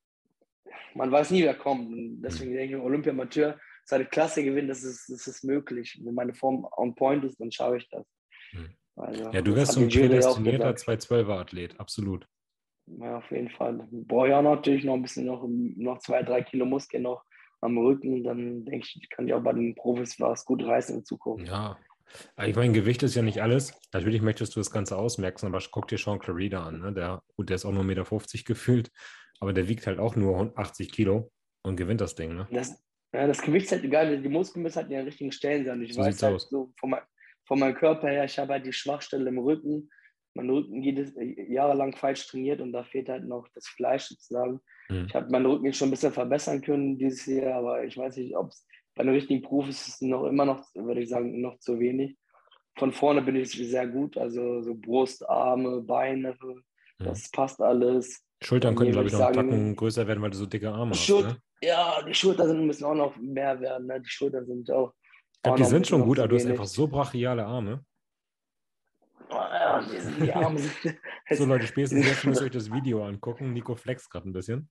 man weiß nie, wer kommt. Und Mhm. deswegen denke ich, Olympia-Amateur, seine Klasse gewinnen, das ist, das ist möglich. Wenn meine Form on point ist, dann schaue ich das. Mhm. Also, Ja, du das wärst hat so die ein Jury auch prädestinierter gesagt. zweihundertzwölfer-Athlet, absolut. Ja, auf jeden Fall. Brauche ich auch natürlich noch ein bisschen, noch, noch zwei, drei Kilo Muskeln noch am Rücken. Dann denke ich, kann ich auch bei den Profis was gut reißen in Zukunft. Ja, aber ich meine, Gewicht ist ja nicht alles. Natürlich möchtest du das Ganze ausmerzen, aber guck dir Sean Clarida an. Ne? Der, gut, der ist auch nur eins Komma fünfzig Meter gefühlt, aber der wiegt halt auch nur achtzig Kilo und gewinnt das Ding. Ne? Das, ja, das Gewicht ist halt egal, die Muskeln müssen halt in den richtigen Stellen sein. Ich So weiß sieht's halt aus. so von, mein, von meinem Körper her, ich habe halt die Schwachstelle im Rücken. Mein Rücken jedes, jahrelang falsch trainiert und da fehlt halt noch das Fleisch sozusagen. Mhm. Ich habe meinen Rücken jetzt schon ein bisschen verbessern können dieses Jahr, aber ich weiß nicht, ob es bei einem richtigen Beruf ist es noch immer noch, würde ich sagen, noch zu wenig. Von vorne bin ich sehr gut, also so Brust, Arme, Beine, Mhm. das passt alles. Schultern Und könnten, hier würde glaube ich, ich noch einen Tacken sagen, größer werden, weil du so dicke Arme hast, Schul ne? ja, die Schultern müssen auch noch mehr werden. Ne? Die Schultern sind auch, Ich glaube, auch die noch ein sind bisschen schon noch gut, aber zu du hast einfach wenig. so brachiale Arme. Oh, ja, die, sind, die Arme sind. So, Es, Leute, die spätestens jetzt müsst sind ihr euch das Video angucken. Nico flext gerade ein bisschen.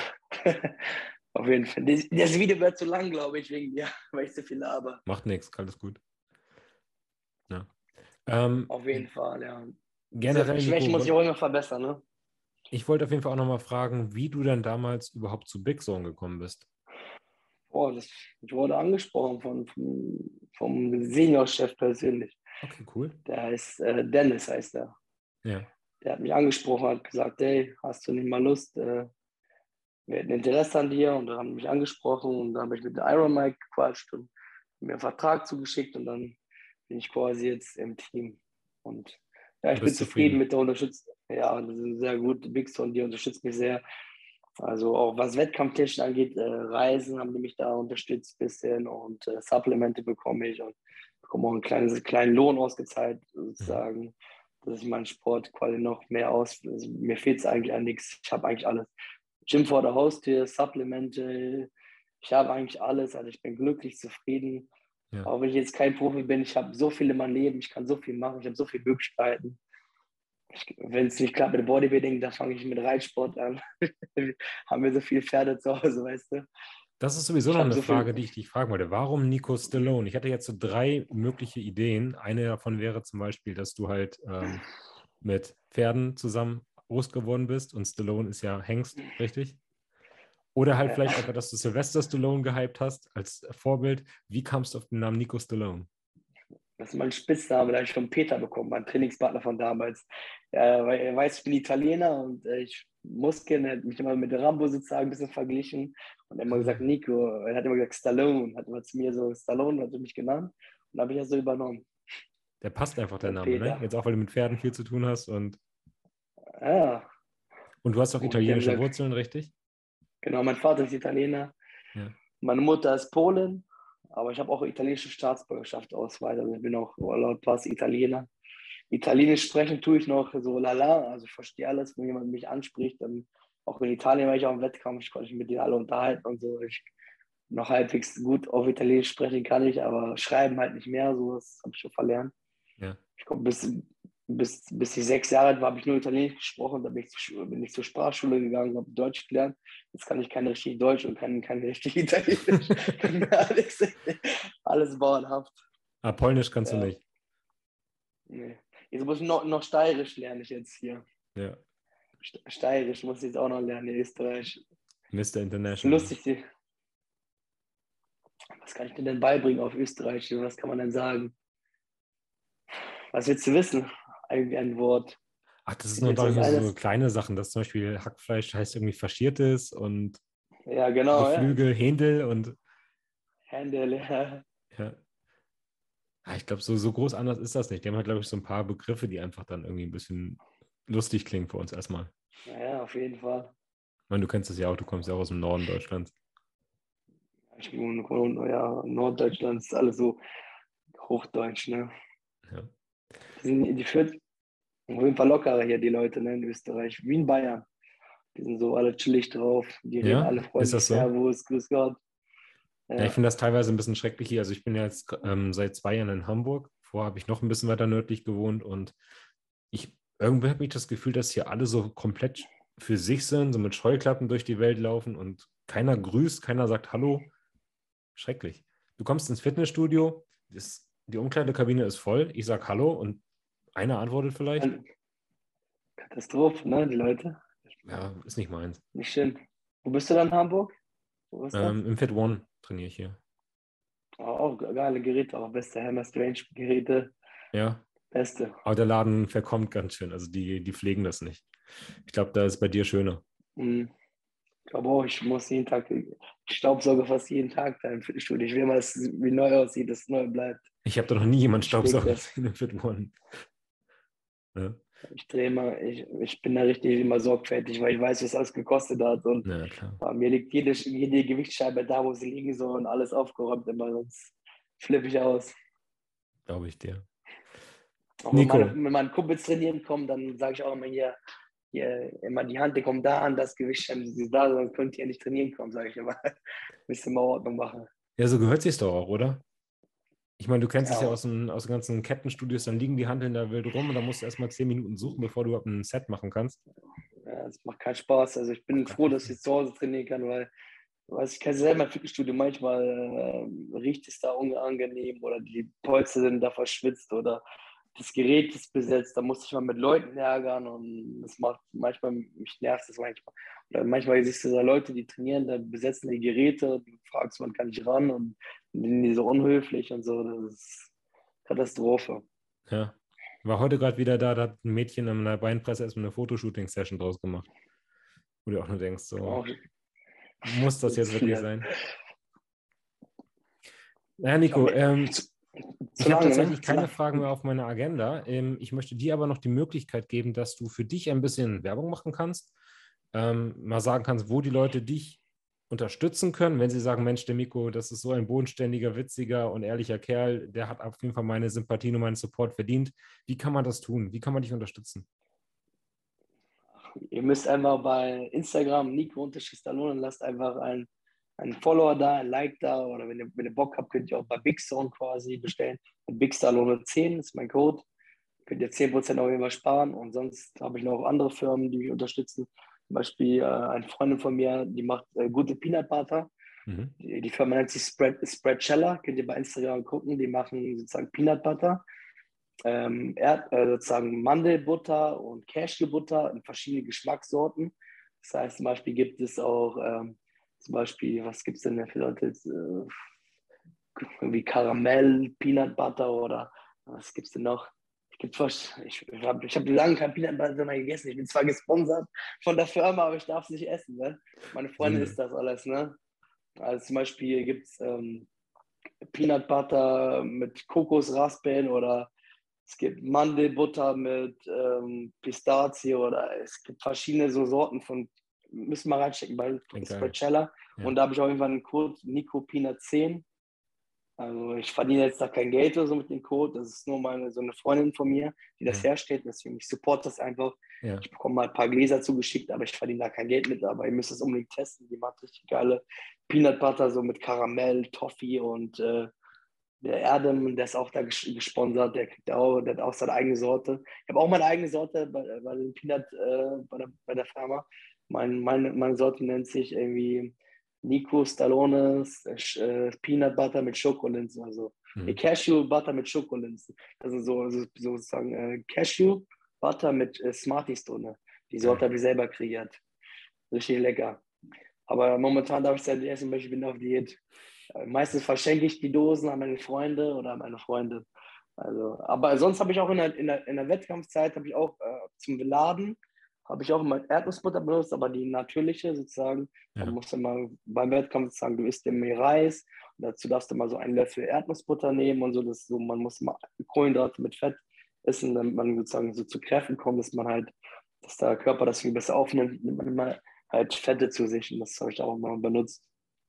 auf jeden Fall. Das, das Video wird zu lang, glaube ich, wegen dir, weil ich so viel laber. Macht nichts, alles gut. Ja. Ähm, Auf jeden Fall, ja. Diese generell, Schwächen Nico, muss ich woll- auch immer verbessern, ne? ich wollte auf jeden Fall auch nochmal fragen, wie du dann damals überhaupt zu Big Zone gekommen bist. Boah, das, ich wurde angesprochen von, vom, vom Seniorchef persönlich. Okay, cool. Der heißt äh, Dennis, heißt er. Ja. Der hat mich angesprochen, hat gesagt, hey, hast du nicht mal Lust, äh, wir hatten Interesse an dir und dann haben die mich angesprochen und dann habe ich mit der Iron Mike gequatscht und mir einen Vertrag zugeschickt und dann bin ich quasi jetzt im Team. Und ja, Du ich bin bist zufrieden zufrieden. mit der Unterstützung. Ja, das ist sehr gut. Big Son, die unterstützt mich sehr. Also auch was Wettkampftechnik angeht, äh, Reisen haben die mich da unterstützt ein bisschen und äh, Supplemente bekomme ich und bekomme auch einen kleinen, kleinen Lohn ausgezahlt, Mhm. sozusagen, dass ich meinen Sport quasi noch mehr aus. Also mir fehlt es eigentlich an nichts. Ich habe eigentlich alles. Gym vor der Haustür, Supplemente, ich habe eigentlich alles. Also ich bin glücklich, zufrieden. Ja. Auch wenn ich jetzt kein Profi bin, ich habe so viel in meinem Leben, ich kann so viel machen, ich habe so viele Möglichkeiten. Wenn es nicht klappt mit Bodybuilding, dann fange ich mit Reitsport an. Haben wir so viele Pferde zu Hause, weißt du? Das ist sowieso Ich noch habe eine so viel. Frage, die ich dich fragen wollte. Warum Nico Stallone? Ich hatte jetzt so drei mögliche Ideen. Eine davon wäre zum Beispiel, dass du halt ähm, mit Pferden zusammen groß geworden bist und Stallone ist ja Hengst, richtig? Oder halt Ja, vielleicht einfach, dass du Sylvester Stallone gehypt hast als Vorbild. Wie kamst du auf den Namen Nico Stallone? das ist mein Spitzname, den habe ich von Peter bekommen, mein Trainingspartner von damals. Ja, weil er weiß, ich bin Italiener und äh, ich Muskeln, er hat mich immer mit Rambo sozusagen ein bisschen verglichen und immer gesagt, Ah, Nico, er hat immer gesagt Stallone, hat immer zu mir so Stallone, hat er mich genannt und habe ich das so übernommen. der passt einfach, der Von Name, ne? Peter. Jetzt auch, weil du mit Pferden viel zu tun hast und, Ja, und du hast auch und die haben italienische gesagt, Wurzeln, richtig? genau, mein Vater ist Italiener, Ja. meine Mutter ist Polin, aber ich habe auch italienische Staatsbürgerschaft Ausweis, also ich bin auch laut Pass Italiener. Italienisch sprechen tue ich noch so lala, also ich verstehe alles, wenn jemand mich anspricht. Dann, auch in Italien war ich auch im Wettkampf, ich konnte mich mit denen alle unterhalten und so. Ich noch halbwegs gut auf Italienisch sprechen kann ich, aber schreiben halt nicht mehr, so das habe ich schon verlernt. Ja. Ich glaube, bis, bis, bis ich sechs Jahre alt war, habe ich nur Italienisch gesprochen, dann bin ich, zur, bin ich zur Sprachschule gegangen, habe Deutsch gelernt. Jetzt kann ich kein richtig Deutsch und kann kein richtig Italienisch. Kann mir alles, alles bauernhaft. Ah, Polnisch kannst du Ja, nicht. nee. Jetzt muss ich noch, noch Steirisch lernen ich jetzt hier. Ja. Steirisch muss ich jetzt auch noch lernen in Österreich. Mister Das ist International. lustig. Die, was kann ich dir denn beibringen auf Österreich? Was kann man denn sagen? Was willst du wissen? Irgendwie ein Wort. Ach, das ist Fällt mir nur, jetzt glaube ich, was nur so eines? kleine Sachen, dass zum Beispiel Hackfleisch heißt irgendwie Faschiertes und Ja, genau, ja. Geflügel, Händel und Händel, ja. ja. Ah, ich glaube, so, so groß anders ist das nicht. Die haben halt, glaube ich, so ein paar Begriffe, die einfach dann irgendwie ein bisschen lustig klingen für uns erstmal. Ja, auf jeden Fall. Ich meine, du kennst das ja auch, du kommst ja auch aus dem Norden Deutschlands. Ich wohne, wohne ja, Norddeutschland ist alles so Hochdeutsch, ne? Ja. Die, sind, die führt auf jeden Fall lockerer hier, die Leute, ne, in Österreich, wie in Bayern. Die sind so alle chillig drauf. Die reden Ja, alle ist freundlich, das so? Servus, Grüß Gott. Ja, ich Ja. finde das teilweise ein bisschen schrecklich hier. Also ich bin ja jetzt ähm, seit zwei Jahren in Hamburg. Vorher habe ich noch ein bisschen weiter nördlich gewohnt und ich irgendwie habe ich das Gefühl, dass hier alle so komplett für sich sind, so mit Scheuklappen durch die Welt laufen und keiner grüßt, keiner sagt Hallo. Schrecklich. Du kommst ins Fitnessstudio, das, die Umkleidekabine ist voll, ich sage Hallo und einer antwortet vielleicht. Katastrophe, ne, die Leute. Ja, ist nicht meins. Nicht schön. Wo bist du dann in Hamburg? Wo ist das? Ähm, im Fit One trainiere ich hier. Oh, auch geile Geräte, auch beste Hammer Strange Geräte. Ja, Beste. aber der Laden verkommt ganz schön. Also die, die pflegen das nicht. Ich glaube, da ist bei dir schöner. Mhm. Ich glaube auch, ich muss jeden Tag, ich staubsauge fast jeden Tag da im Fitnessstudio. Ich will mal, dass es wie neu aussieht, dass es neu bleibt. Ich habe da noch nie jemand Ich pflege Staubsauger das. gesehen im Fit One. Ja, Ich drehe mal, ich, ich bin da richtig immer sorgfältig, weil ich weiß, was alles gekostet hat. Und na klar, bei mir liegt jede, jede Gewichtsscheibe da, wo sie liegen soll und alles aufgeräumt immer, sonst flippe ich aus. glaube ich dir. Auch wenn meine, Nico, wenn meine Kumpels trainieren kommen, dann sage ich auch immer hier, hier immer die Hand, die kommt da an, das Gewicht, sie ist da, dann könnt ihr nicht trainieren kommen, sage ich immer. Bisschen mal Ordnung machen. ja, so gehört sich's doch auch, oder? Ich meine, du kennst es ja Ja, aus den, aus den ganzen Kettenstudios, dann liegen die Hanteln da wild rum und dann musst du erstmal zehn Minuten suchen, bevor du überhaupt ein Set machen kannst. ja, es macht keinen Spaß. Also ich Auf bin gar froh, keinen dass Fall. ich zu Hause trainieren kann, weil weiß ich kenne selber im Fitnessstudio, manchmal äh, riecht es da unangenehm oder die Polster sind da verschwitzt oder das Gerät ist besetzt, da muss ich mal mit Leuten ärgern und das macht manchmal, mich nervt das manchmal. Oder manchmal siehst du da Leute, die trainieren, da besetzen die Geräte, du fragst, wann kann ich ran und dann sind die so unhöflich und so, das ist Katastrophe. Ja. War heute gerade wieder da, da hat ein Mädchen an einer Beinpresse erstmal eine Fotoshooting-Session draus gemacht. Wo du auch nur denkst, so, Auch, Muss das jetzt wirklich sein? Ja, Ich Nico, hab, ähm, zu, ich zu habe lange, ne? tatsächlich Zu keine lange. Fragen mehr auf meiner Agenda. Ähm, ich möchte dir aber noch die Möglichkeit geben, dass du für dich ein bisschen Werbung machen kannst, ähm, mal sagen kannst, wo die Leute dich unterstützen können, wenn sie sagen, Mensch, der Nico, das ist so ein bodenständiger, witziger und ehrlicher Kerl, der hat auf jeden Fall meine Sympathie und meinen Support verdient. Wie kann man das tun? Wie kann man dich unterstützen? Ihr müsst einfach bei Instagram Nico-Stallone und lasst einfach ein, einen Follower da, ein Like da oder wenn ihr, wenn ihr Bock habt, könnt ihr auch bei Big Stone quasi bestellen. Big Stallone zehn ist mein Code. Könnt ihr zehn Prozent auf jeden Fall sparen und sonst habe ich noch andere Firmen, die mich unterstützen. Zum Beispiel äh, eine Freundin von mir, die macht äh, gute Peanut Butter. Mhm. Die, die Firma nennt sich Spread, Spreadcella. Könnt ihr bei Instagram gucken. Die machen sozusagen Peanut Butter ähm, Erd, äh, sozusagen Mandelbutter und Cashewbutter in verschiedene Geschmackssorten. Das heißt, zum Beispiel gibt es auch, ähm, zum Beispiel, was gibt es denn da für Leute? Jetzt, äh, irgendwie Karamell, Peanut Butter oder was gibt es denn noch? Ich, ich, ich habe ich hab lange kein Peanut Butter mehr gegessen. Ich bin zwar gesponsert von der Firma, aber ich darf es nicht essen. Ne? Meine Freundin Sünde. isst das alles. Ne? Also zum Beispiel gibt es ähm, Peanut Butter mit Kokosraspeln oder es gibt Mandelbutter mit ähm, Pistazie oder es gibt verschiedene so Sorten von, müssen wir mal reinstecken bei Klingt geil. Spreadcella. Ja. Und da habe ich auf jeden Fall einen Code Nico Peanut zehn. Also ich verdiene jetzt da kein Geld oder so mit dem Code. Das ist nur meine, so eine Freundin von mir, die das Ja. herstellt. Deswegen, ich support das einfach. Ja. Ich bekomme mal ein paar Gläser zugeschickt, aber ich verdiene da kein Geld mit. Aber ihr müsst es unbedingt testen. Die macht richtig geile Peanut Butter, so mit Karamell, Toffee und äh, der Erdem, der ist auch da ges gesponsert, der kriegt auch, der hat auch seine eigene Sorte. Ich habe auch meine eigene Sorte bei, bei den Peanut, äh, bei, der, bei der Firma. Mein, meine, meine Sorte nennt sich irgendwie Nico Stallones äh, Peanut Butter mit Schokolinsen. Also äh, Mhm. Cashew Butter mit Schokolinsen. Also so, so sozusagen äh, Cashew Butter mit äh, Smarties drin. Die Sorte Geil. habe ich selber kreiert. Richtig lecker. Aber momentan darf ich es ja nicht essen, weil ich bin auf Diät. Meistens verschenke ich die Dosen an meine Freunde oder an meine Freundin. Also, aber sonst habe ich auch in der, in der, in der Wettkampfzeit habe ich auch äh, zum Laden habe ich auch immer Erdnussbutter benutzt, aber die natürliche sozusagen. Man Ja. muss immer beim Wettkampf sagen, du isst immer Reis und dazu darfst du mal so einen Löffel Erdnussbutter nehmen und so. Das so man muss mal Kohlenhydrate mit Fett essen, damit man sozusagen so zu Kräften kommt, dass man halt, dass der Körper das viel besser aufnimmt, nimmt man immer halt Fette zu sich und das habe ich auch immer benutzt.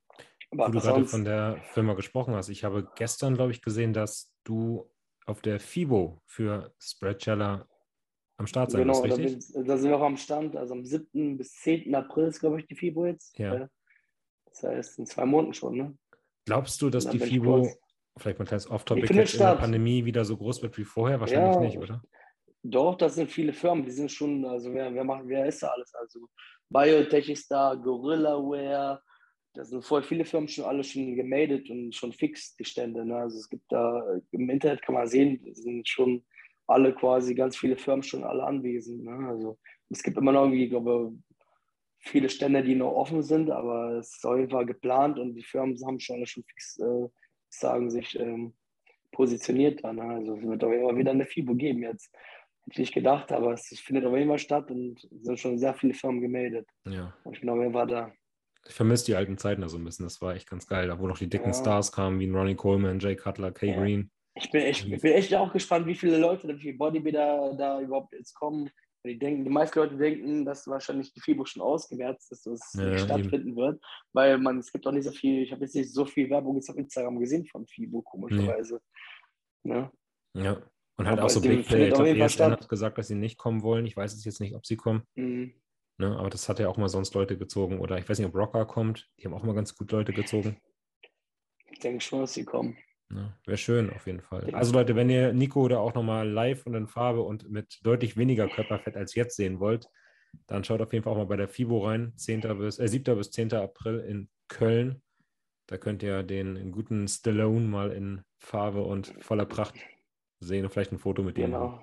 Wo du Aber gerade von sonst, der Firma gesprochen hast. Ich habe gestern, glaube ich, gesehen, dass du auf der FIBO für Spreadshella am Start sein wirst, genau, da, bin, richtig? da sind wir auch am Stand. Also am siebten bis zehnten April ist, glaube ich, die FIBO jetzt. Ja. Äh, Das heißt, in zwei Monaten schon, ne? Glaubst du, Und dass dann die bin ich kurz. FIBO, vielleicht mal ein kleines Die Off-Topic, findet jetzt in der statt. Pandemie wieder so groß wird wie vorher? Wahrscheinlich Ja, nicht, oder? doch, das sind viele Firmen, die sind schon, also wer, wer macht, wer ist da alles? Also Biotech ist da, Gorillaware, da sind voll viele Firmen schon alle schon gemeldet und schon fix die Stände. Ne? Also es gibt da, im Internet kann man sehen, sind schon alle quasi, ganz viele Firmen schon alle anwesend. Ne? Also es gibt immer noch irgendwie, ich glaube, viele Stände, die noch offen sind, aber es ist auf jeden Fall geplant und die Firmen haben schon alle schon fix, äh, sagen, sich ähm, positioniert dann. Ne? Also es wird auf jeden Fall wieder eine FIBO geben jetzt. Hätte ich nicht gedacht, aber es findet auf jeden Fall statt und es sind schon sehr viele Firmen gemeldet. Ja. Und ich bin auf jeden Fall da. Ich vermisse die alten Zeiten da so ein bisschen. Das war echt ganz geil. Da wo noch die dicken Ja, Stars kamen, wie ein Ronnie Coleman, Jay Cutler, Kay ja. Green. Ich bin, echt, ich bin echt auch gespannt, wie viele Leute, wie viele Bodybuilder da überhaupt jetzt kommen. Die, denken, die meisten Leute denken, dass wahrscheinlich die FIBO schon ausgewertet ist, dass es nicht Ja, eben. stattfinden wird, weil man, es gibt auch nicht so viel, ich habe jetzt nicht so viel Werbung jetzt auf Instagram gesehen von FIBO, Nee. komischerweise. Ne? Ja. Und halt auch Aber so die Big Player. findet Ich auf glaube, jeden Fall E S N statt. hat gesagt, dass sie nicht kommen wollen. Ich weiß es jetzt nicht, ob sie kommen. Mhm. Ne? Aber das hat ja auch mal sonst Leute gezogen. Oder ich weiß nicht, ob Rocker kommt. Die haben auch mal ganz gut Leute gezogen. Ich denke schon, dass sie kommen. Ne? Wäre schön auf jeden Fall. Den, Also Leute, wenn ihr Nico da auch nochmal live und in Farbe und mit deutlich weniger Körperfett als jetzt sehen wollt, dann schaut auf jeden Fall auch mal bei der FIBO rein. zehnten bis, äh, siebten bis zehnten April in Köln. Da könnt ihr den guten Stallone mal in Farbe und voller Pracht sehen und vielleicht ein Foto mit ihm machen. genau,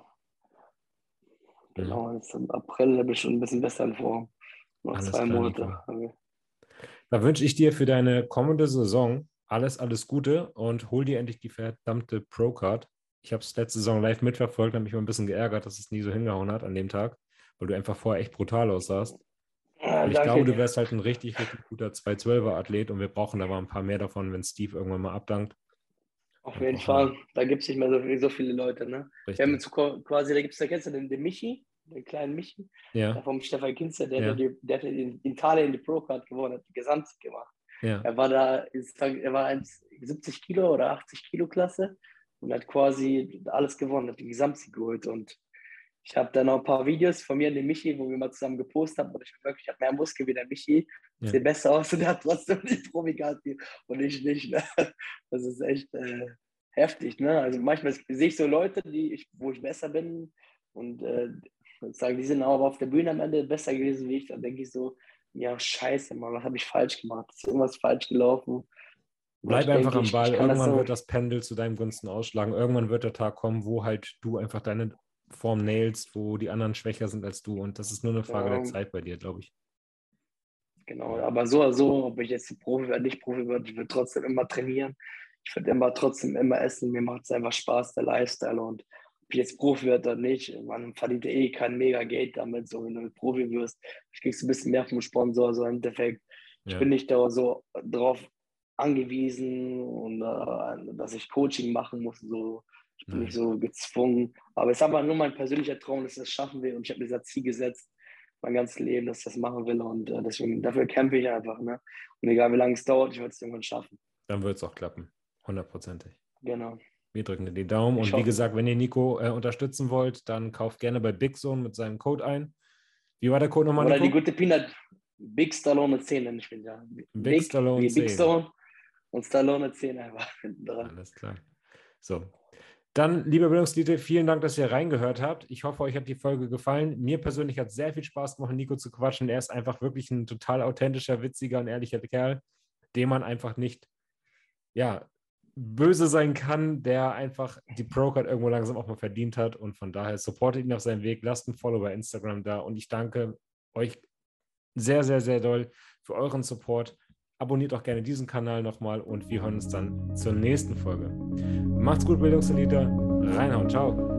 Ne? genau. Jetzt im April habe ich schon ein bisschen besser in Form. Noch Alles zwei klar, Monate. Nico. Da wünsche ich dir für deine kommende Saison alles, alles Gute und hol dir endlich die verdammte Pro-Card. Ich habe es letzte Saison live mitverfolgt, habe mich mal ein bisschen geärgert, dass es nie so hingehauen hat an dem Tag, weil du einfach vorher echt brutal aussahst. Ah, Und ich danke glaube, du dir. wärst halt ein richtig, richtig guter zwei zwölfer-Athlet und wir brauchen aber ein paar mehr davon, wenn Steve irgendwann mal abdankt. Auf Dann jeden brauchen wir Fall. Da gibt es nicht mehr so, so viele Leute, ne? Wir haben richtig. jetzt ko- quasi, da gibt es, da kennst du den, den Michi, den kleinen Michi, der Ja, vom Stefan Kinzer, der, der, ja, der, der hat in Italien die Pro-Card gewonnen, hat die Gesamtsieg gemacht. ja. Er war da, er war eins siebzig Kilo oder achtzig Kilo Klasse und hat quasi alles gewonnen, hat die Gesamtsieg geholt. Und ich habe dann noch ein paar Videos von mir und dem Michi, wo wir mal zusammen gepostet haben. Und ich wirklich, ich habe mehr Muskel wie der Michi, Ja. sieht besser aus und der hat trotzdem die Profikarte und ich nicht. Ne? Das ist echt äh, heftig. Ne? Also manchmal sehe ich so Leute, die ich, wo ich besser bin und äh, sagen, die sind aber auf der Bühne am Ende besser gewesen wie ich. Dann denke ich so, ja, scheiße, Mann, was habe ich falsch gemacht? Ist irgendwas falsch gelaufen? Wo Bleib ich einfach denke, am ich, ich Ball. kann das Irgendwann so. wird das Pendel zu deinem Gunsten ausschlagen. Irgendwann wird der Tag kommen, wo halt du einfach deine Form nailst, wo die anderen schwächer sind als du. Und das ist nur eine Frage der Ja, Zeit bei dir, glaube ich. genau, aber so oder so, ob ich jetzt Profi oder nicht Profi werde, ich will trotzdem immer trainieren. Ich würde immer trotzdem immer essen. Mir macht es einfach Spaß, der Lifestyle. Und ob ich jetzt Profi werde oder nicht, man verdient ja eh kein mega Geld damit. So, wenn du Profi wirst, ich kriegst ein bisschen mehr vom Sponsor. So im Endeffekt, ich bin Ja, nicht da so drauf angewiesen und äh, dass ich Coaching machen muss. So. Ich bin nicht nein. so gezwungen. Aber es ist aber nur mein persönlicher Traum, dass ich das schaffen will. Und ich habe mir das Ziel gesetzt, mein ganzes Leben, dass ich das machen will. Und äh, deswegen, dafür kämpfe ich einfach. Ne? Und egal wie lange es dauert, ich werde es irgendwann schaffen. Dann wird es auch klappen. Hundertprozentig. Genau. Wir drücken dir die Daumen. Ich Und wie hoffe. gesagt, wenn ihr Nico äh, unterstützen wollt, dann kauft gerne bei Big Zone mit seinem Code ein. Wie war der Code nochmal, Oder die Nico? gute Peanut. Big Stallone zehn nenne ich mich ja. Big Big Stallone wie Big zehn. Stone und Stallone zehn einfach hinten dran. Alles klar. So. Dann, liebe Bildungsliebe, vielen Dank, dass ihr reingehört habt. Ich hoffe, euch hat die Folge gefallen. Mir persönlich hat es sehr viel Spaß gemacht, Nico zu quatschen. Er ist einfach wirklich ein total authentischer, witziger und ehrlicher Kerl, dem man einfach nicht, ja, böse sein kann, der einfach die Pro-Card irgendwo langsam auch mal verdient hat. Und von daher supportet ihn auf seinem Weg, lasst ein Follow bei Instagram da. Und ich danke euch sehr, sehr, sehr doll für euren Support. Abonniert auch gerne diesen Kanal nochmal und wir hören uns dann zur nächsten Folge. Macht's gut, Bildungselite. Reinhauen. Ciao.